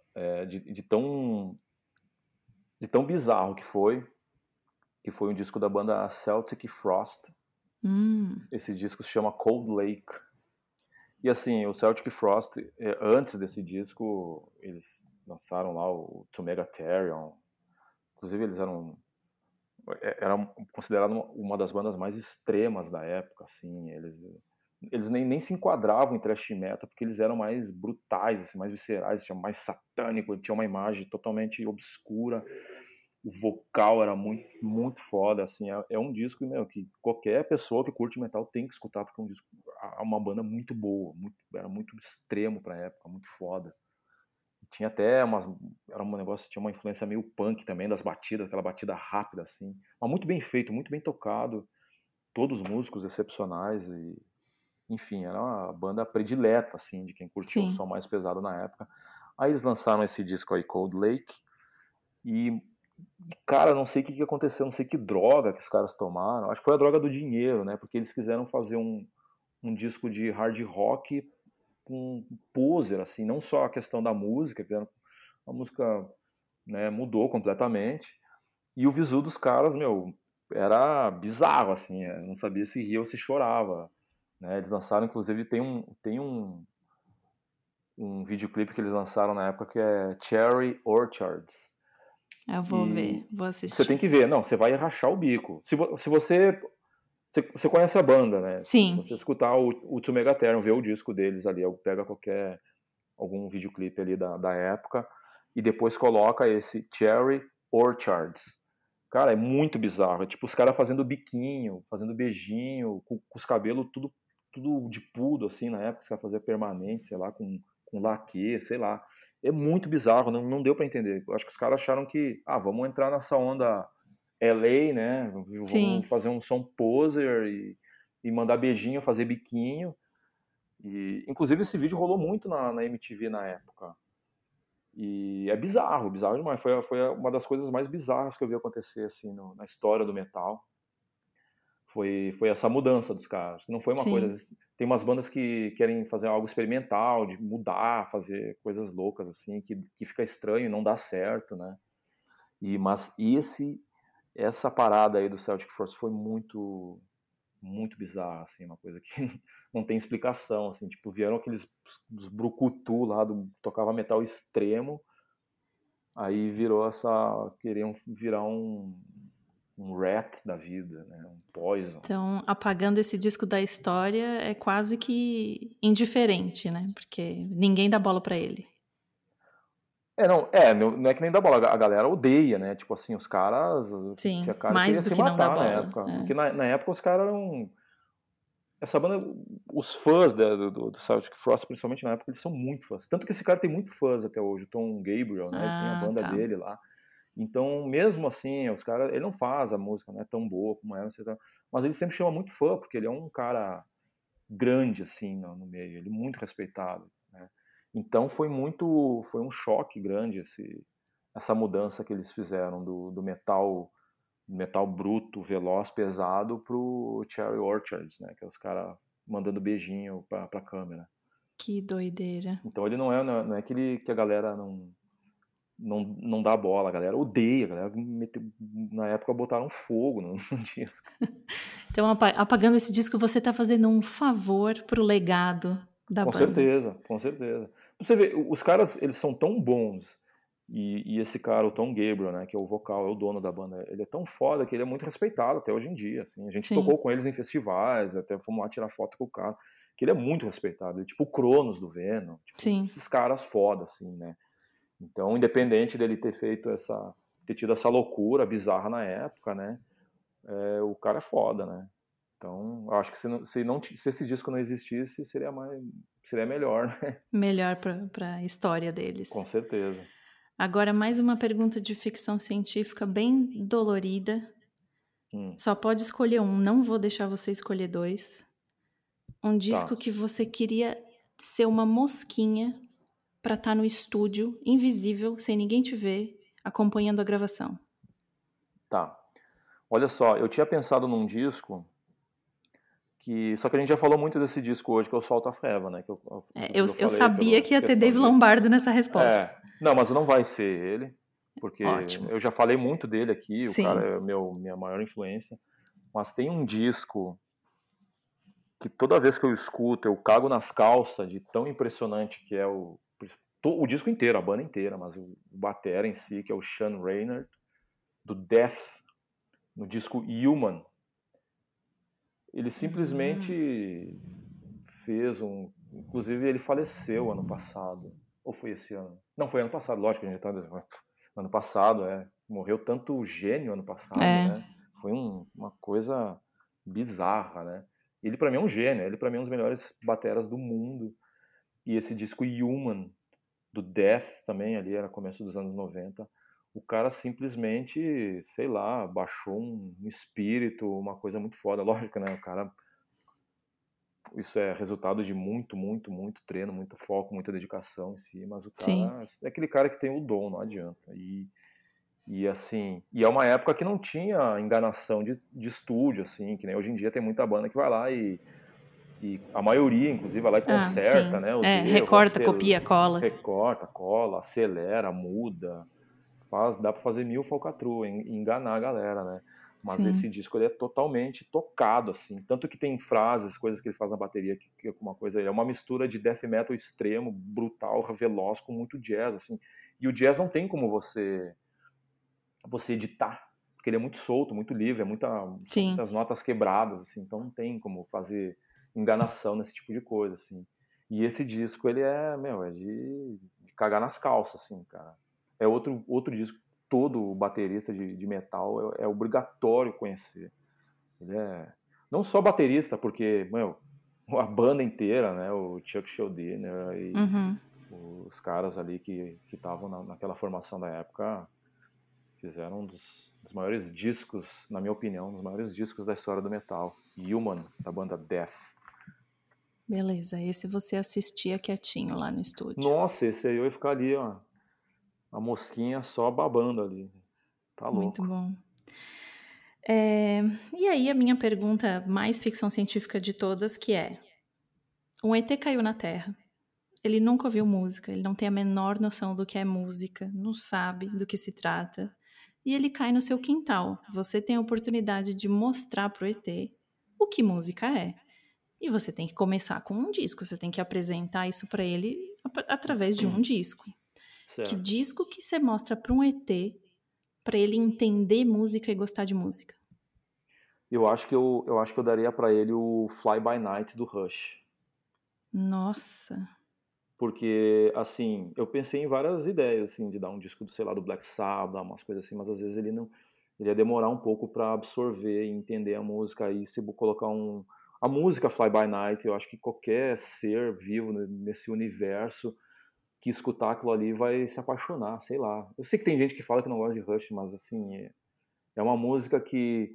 de tão bizarro que foi um disco da banda Celtic Frost. Hum, Esse disco se chama Cold Lake. E assim, o Celtic Frost, antes desse disco, eles lançaram lá o To Megatherion. Inclusive, eles eram considerados uma das bandas mais extremas da época, assim. Eles nem se enquadravam em thrash metal, porque eles eram mais brutais, assim, mais viscerais, tinha mais satânico, tinha uma imagem totalmente obscura. O vocal era muito foda, assim. É um disco, meu, que qualquer pessoa que curte metal tem que escutar, porque é um disco, é uma banda muito boa, era muito extremo pra época, muito foda. Tinha até era um negócio, tinha uma influência meio punk também das batidas, aquela batida rápida assim, mas muito bem feito, muito bem tocado, todos os músicos excepcionais e, enfim, era uma banda predileta assim de quem curtia o sim. som mais pesado na época. Aí eles lançaram esse disco aí, Cold Lake, e cara, não sei o que aconteceu, não sei que droga que os caras tomaram. Acho que foi a droga do dinheiro, né? Porque eles quiseram fazer um disco de hard rock com poser, assim, não só a questão da música, que a música, né, mudou completamente, e o visu dos caras, meu, era bizarro, assim, não sabia se ria ou se chorava, né? Eles lançaram, inclusive, um videoclipe que eles lançaram na época que é Cherry Orchards, Eu vou ver, e vou você tem assistir. que ver, não, você vai rachar o bico. Se você conhece a banda, né? Se Sim, você escutar o To Megatherium, ver o disco deles ali, ou pega algum videoclipe ali da época, e depois coloca esse Cherry Orchards. Cara, é muito bizarro. É tipo os caras fazendo biquinho, fazendo beijinho, com os cabelos tudo de pudo, assim, na época, os caras faziam permanente, sei lá, com laque, sei lá. É muito bizarro, não deu pra entender. Eu acho que os caras acharam que, vamos entrar nessa onda LA, né? Vamos sim. fazer um som poser e mandar beijinho, fazer biquinho. E, inclusive, esse vídeo rolou muito na MTV na época. E é bizarro, bizarro demais. Foi uma das coisas mais bizarras que eu vi acontecer assim na história do metal. Foi essa mudança dos caras. Não foi uma coisa. Sim. Tem umas bandas que querem fazer algo experimental, de mudar, fazer coisas loucas assim, que fica estranho, não dá certo, né? Mas essa parada aí do Celtic Frost foi muito bizarra, assim, uma coisa que não tem explicação, assim, tipo, vieram aqueles dos brucutu lá, tocava metal extremo, aí queriam virar um Rat da vida, né, um Poison. Então, apagando esse disco da história é quase que indiferente, né? Porque ninguém dá bola pra ele. Não é que nem dá bola, a galera odeia, né, tipo assim, os caras, Sim, tinha cara que mais queria do se que não dá matar na bola. época, É. porque na época os caras eram. Essa banda, os fãs do Celtic Frost, principalmente na época, eles são muito fãs. Tanto que esse cara tem muito fãs até hoje, o Tom Gabriel, né? Ele tem a Ah, banda tá. dele lá. Então, mesmo assim, os caras, ele não faz a música, não é tão boa como era, etc. Mas ele sempre chama muito fã, porque ele é um cara grande, assim, no meio, ele é muito respeitado, né? Então foi um choque grande essa mudança que eles fizeram do metal bruto, veloz, pesado pro Cherry Orchards, né? Que é os caras mandando beijinho pra câmera. Que doideira. Então ele não é que a galera não dá bola, a galera odeia, a galera na época botaram fogo no disco. Então, apagando esse disco, você tá fazendo um favor pro legado da Com banda. certeza, com certeza. Você vê, os caras, eles são tão bons E esse cara, o Tom Gabriel, né, que é o vocal, é o dono da banda, ele é tão foda que ele é muito respeitado até hoje em dia, assim. A gente Sim, tocou com eles em festivais, até fomos lá tirar foto com o cara, que ele é muito respeitado. Ele é tipo o Cronos do Venom, tipo, sim. esses caras foda, assim, né. Então, independente dele ter tido essa loucura bizarra na época, né, o cara é foda, né. Então, eu acho que se esse disco não existisse, seria melhor, né? Melhor para a história Com deles. certeza. Agora, mais uma pergunta de ficção científica bem dolorida. Hum, Só pode escolher um, não vou deixar você escolher dois. Um tá, disco que você queria ser uma mosquinha pra estar no estúdio, invisível, sem ninguém te ver, acompanhando a gravação. tá. Olha só, eu tinha pensado num disco só que a gente já falou muito desse disco hoje, que é o Solta a Freva, né? É, eu, Inclusive eu eu falei sabia pela que ia ter questão Dave de. Lombardo nessa resposta. Não, mas não vai ser ele, porque Ótimo. eu já falei muito dele aqui, o cara Sim. é minha maior influência. Mas tem um disco que toda vez que eu escuto, eu cago nas calças de tão impressionante que é o disco inteiro, a banda inteira, mas o batera em si, que é o Sean Reynard, do Death, no disco Human. Ele Hum. simplesmente fez um. Inclusive, ele faleceu ano passado. Ou foi esse ano? Não, foi ano passado, lógico, a gente tá. Ano passado, é. Morreu tanto gênio ano passado, É, né? Foi uma coisa bizarra, né? Ele pra mim é um gênio, ele pra mim é um dos melhores bateras do mundo. E esse disco Human, do Death também, ali era começo dos anos 90. O cara simplesmente, sei lá, baixou um espírito, uma coisa muito foda. Lógico, né? O cara isso é resultado de muito, muito, muito treino, muito foco, muita dedicação em si, mas o sim. cara é aquele cara que tem o dom, não adianta. E assim, e é uma época que não tinha enganação de estúdio, assim, que nem hoje em dia tem muita banda que vai lá e a maioria, inclusive, vai lá e Ah, sim. conserta, né, os É, erros, recorta, copia, cola. recorta, cola, acelera, muda, dá pra fazer mil falcatrua, enganar a galera, né? Mas esse Sim. disco ele é totalmente tocado, assim. Tanto que tem frases, coisas que ele faz na bateria, que é uma coisa. É uma mistura de death metal extremo, brutal, veloz, com muito jazz, assim. E o jazz não tem como você editar, porque ele é muito solto, muito livre, são Sim. muitas notas quebradas, assim. Então não tem como fazer enganação nesse tipo de coisa, assim. E esse disco, ele é de cagar nas calças, assim, cara. É outro disco, todo baterista de metal é obrigatório conhecer. Ele é não só baterista, porque, a banda inteira, né, o Chuck Schuldiner e Uhum. os caras ali que estavam naquela formação da época fizeram um dos maiores discos, na minha opinião, um dos maiores discos da história do metal. Human, da banda Death. Beleza, esse você assistia quietinho lá no estúdio. Nossa, esse aí eu ia ficar ali, ó, a mosquinha só babando ali. Tá Muito louco. bom. E aí a minha pergunta mais ficção científica de todas, que é: um ET caiu na Terra. Ele nunca ouviu música, ele não tem a menor noção do que é música, não sabe do que se trata. E ele cai no seu quintal. Você tem a oportunidade de mostrar pro ET o que música é. E você tem que começar com um disco, você tem que apresentar isso para ele através de um disco. Que Certo. disco que você mostra para um ET para ele entender música e gostar de música? Eu acho que eu daria pra ele o Fly By Night do Rush. Nossa. Porque, assim, eu pensei em várias ideias, assim, de dar um disco, sei lá, do Black Sabbath, umas coisas assim, mas às vezes ele não. Ele ia demorar um pouco para absorver e entender a música. Aí, se colocar a música Fly By Night, eu acho que qualquer ser vivo nesse universo que escutar aquilo ali vai se apaixonar, sei lá. Eu sei que tem gente que fala que não gosta de Rush, mas, assim, é uma música que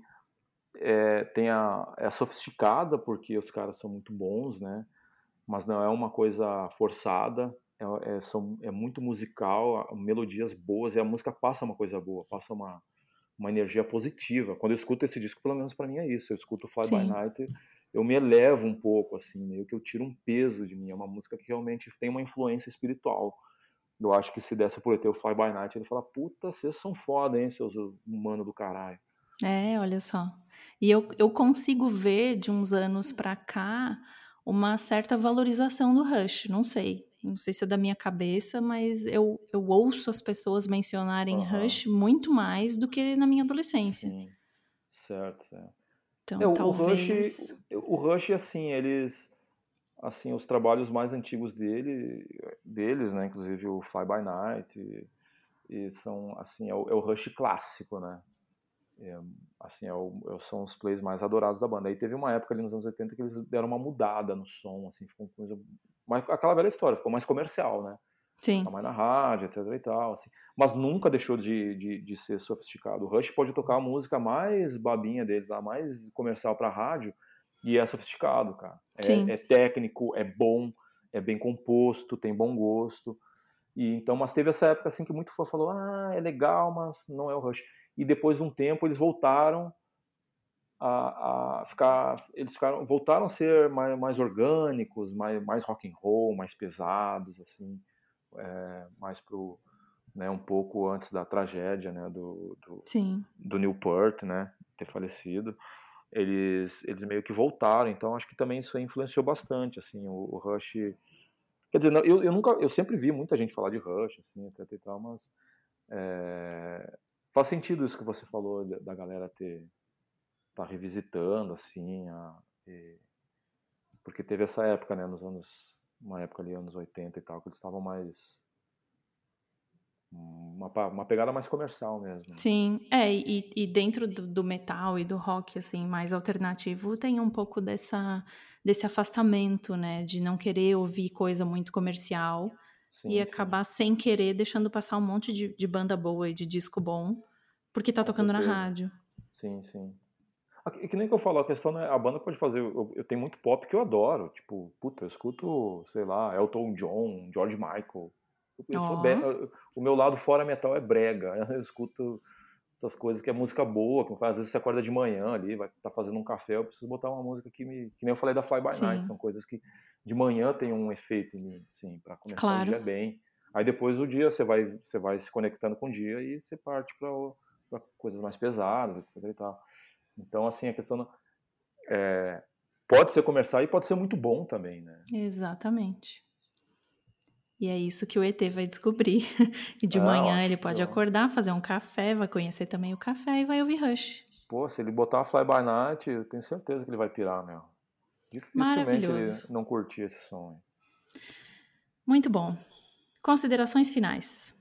é sofisticada, porque os caras são muito bons, né? Mas não é uma coisa forçada, é muito musical, melodias boas, e a música passa uma coisa boa, passa uma energia positiva. Quando eu escuto esse disco, pelo menos para mim é isso, eu escuto Fly By Sim. Night, eu me elevo um pouco, assim, meio que eu tiro um peso de mim, é uma música que realmente tem uma influência espiritual. Eu acho que se desse por ET o Fly By Night, ele fala, puta, vocês são foda, hein, seus humanos do caralho. É, olha só. E eu consigo ver de uns anos pra cá uma certa valorização do Rush, não sei. Não sei se é da minha cabeça, mas eu ouço as pessoas mencionarem Aham. Rush muito mais do que na minha adolescência. Sim, certo, certo. Então, talvez... O Rush, assim, eles, assim, os trabalhos mais antigos deles, né, inclusive o Fly By Night, e são, assim, é o Rush clássico, né, assim, são os plays mais adorados da banda. Aí teve uma época ali nos anos 80 que eles deram uma mudada no som, assim, ficou uma coisa, aquela velha história, ficou mais comercial, né, tocar Sim, mais na rádio, etc e tal, assim. Mas nunca deixou de ser sofisticado. O Rush pode tocar a música mais babinha deles, a mais comercial pra rádio, e é sofisticado, cara. É sim, técnico, é bom, é bem composto, tem bom gosto. E então, mas teve essa época assim que muito fã falou: "Ah, é legal, mas não é o Rush". E depois de um tempo eles voltaram a ficar, voltaram a ser mais orgânicos, mais rock and roll, mais pesados assim, mais pro, né, um pouco antes da tragédia, né, sim. do Newport, né, ter falecido, eles meio que voltaram, então acho que também isso aí influenciou bastante, assim, o Rush, quer dizer, eu sempre vi muita gente falar de Rush, assim, até e tal, mas faz sentido isso que você falou da galera tá revisitando, assim, porque teve essa época, né, uma época ali, anos 80 e tal, que eles estavam mais, uma pegada mais comercial mesmo, né? Sim, e dentro do metal e do rock, assim, mais alternativo, tem um pouco desse afastamento, né, de não querer ouvir coisa muito comercial e Sim, sim, acabar sem querer deixando passar um monte de banda boa e de disco bom, porque tá com tocando na certeza. rádio. Sim, sim. Que nem que eu falo, a questão, né, a banda pode fazer, eu tenho muito pop que eu adoro, tipo, puta, eu escuto, sei lá, Elton John, George Michael, eu sou Ó, o meu lado fora metal é brega, eu escuto essas coisas que é música boa, que às vezes você acorda de manhã ali, vai estar fazendo um café, eu preciso botar uma música que nem eu falei da Fly By Night, sim, são coisas que de manhã tem um efeito em mim, assim, para começar o claro. dia bem. Aí depois do dia você vai se conectando com o dia e você parte para coisas mais pesadas, etc e tal. Então, assim, a questão pode ser comercial e pode ser muito bom também, né? Exatamente. E é isso que o ET vai descobrir. E de Eu manhã ele acho que, pode ó, acordar, fazer um café, vai conhecer também o café e vai ouvir Rush. pô, se ele botar uma Fly By Night, eu tenho certeza que ele vai pirar, meu. Dificilmente ele Maravilhoso. não curtir esse som. Hein? Muito bom. Considerações finais.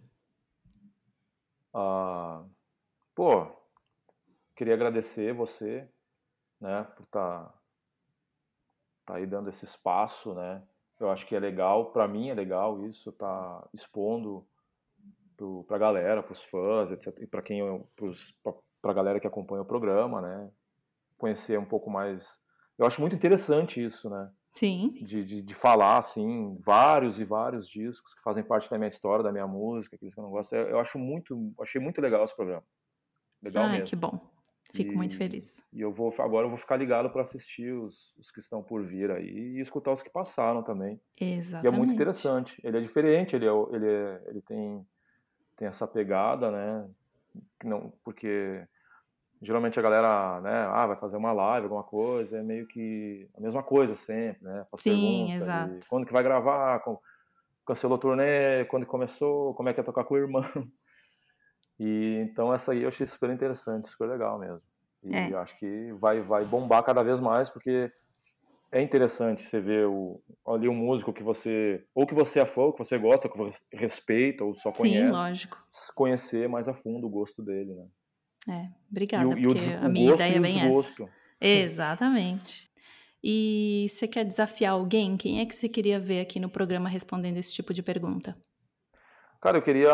Ah, pô, queria agradecer você, né, por tá aí dando esse espaço, né? Eu acho que é legal, pra mim é legal isso, tá expondo pra galera, pros fãs, etc. E pra galera que acompanha o programa, né? Conhecer um pouco mais. Eu acho muito interessante isso, né? Sim. De falar, assim, vários e vários discos que fazem parte da minha história, da minha música, aqueles que eu não gosto. Achei muito legal esse programa. Legal Ai, que mesmo. bom. Fico muito E, feliz. e agora eu vou ficar ligado para assistir os que estão por vir aí e escutar os que passaram também. E é muito Exatamente. interessante. Ele é diferente, ele tem essa pegada, né? Que não, porque geralmente a galera, né, vai fazer uma live, alguma coisa, é meio que a mesma coisa sempre, né? Faz Sim, pergunta e exato. quando que vai gravar, cancelou a turnê, quando que começou, como é que é tocar com o irmão. E então essa aí eu achei super interessante, super legal mesmo. E É. eu acho que vai bombar cada vez mais, porque é interessante você ver ali um músico que você, ou que você é fã, ou que você gosta, ou que você respeita, ou só Sim, conhece, lógico. conhecer mais a fundo o gosto dele, né? É. Obrigada, porque a O minha gosto ideia e é o bem essa. desgosto. Exatamente. E você quer desafiar alguém? Quem é que você queria ver aqui no programa respondendo esse tipo de pergunta? Cara, eu queria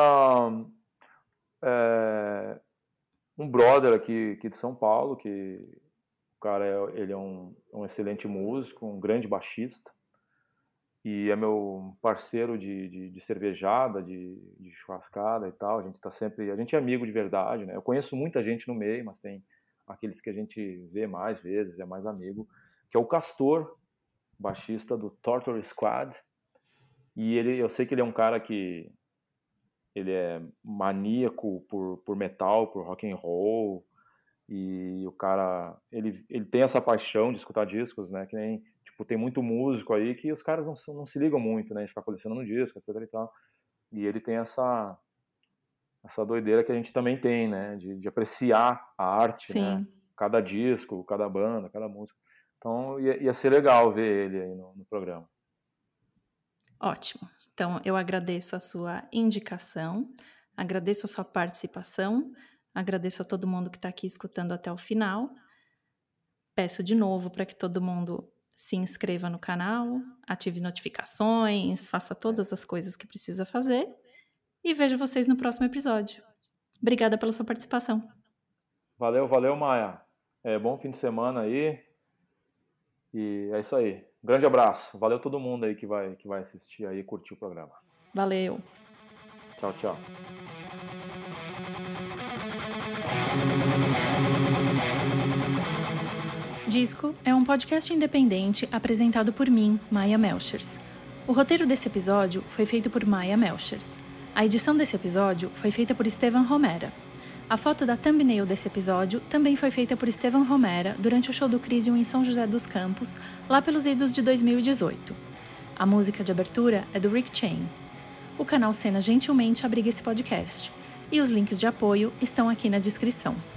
é, um brother aqui de São Paulo, que o cara ele é um excelente músico, um grande baixista, e é meu parceiro de cervejada, de churrascada e tal. A gente é amigo de verdade, né? Eu conheço muita gente no meio, mas tem aqueles que a gente vê mais vezes, é mais amigo, que é o Castor, baixista do Torture Squad. E eu sei que ele é um cara que ele é maníaco por metal, por rock and roll, E o cara, ele tem essa paixão de escutar discos, né? Que nem, tipo, tem muito músico aí que os caras não se ligam muito, né? De ficar colecionando disco, etc e tal. E ele tem essa doideira que a gente também tem, né? De apreciar a arte, né? Sim. Cada disco, cada banda, cada música. Então ia ser legal ver ele aí no programa. Ótimo. Então eu agradeço a sua indicação, agradeço a sua participação, agradeço a todo mundo que está aqui escutando até o final. Peço de novo para que todo mundo se inscreva no canal, ative notificações, faça todas as coisas que precisa fazer e vejo vocês no próximo episódio. Obrigada pela sua participação. Valeu, Maia. Bom fim de semana aí. E é isso aí. Um grande abraço. Valeu todo mundo aí que vai assistir aí e curtir o programa. Valeu. Tchau. Disco é um podcast independente apresentado por mim, Maia Melchers. O roteiro desse episódio foi feito por Maia Melchers. A edição desse episódio foi feita por Estevan Romera. A foto da thumbnail desse episódio também foi feita por Estevan Romera durante o show do Crisium em São José dos Campos, lá pelos idos de 2018. A música de abertura é do Rick Chain. O canal Cena gentilmente abriga esse podcast. E os links de apoio estão aqui na descrição.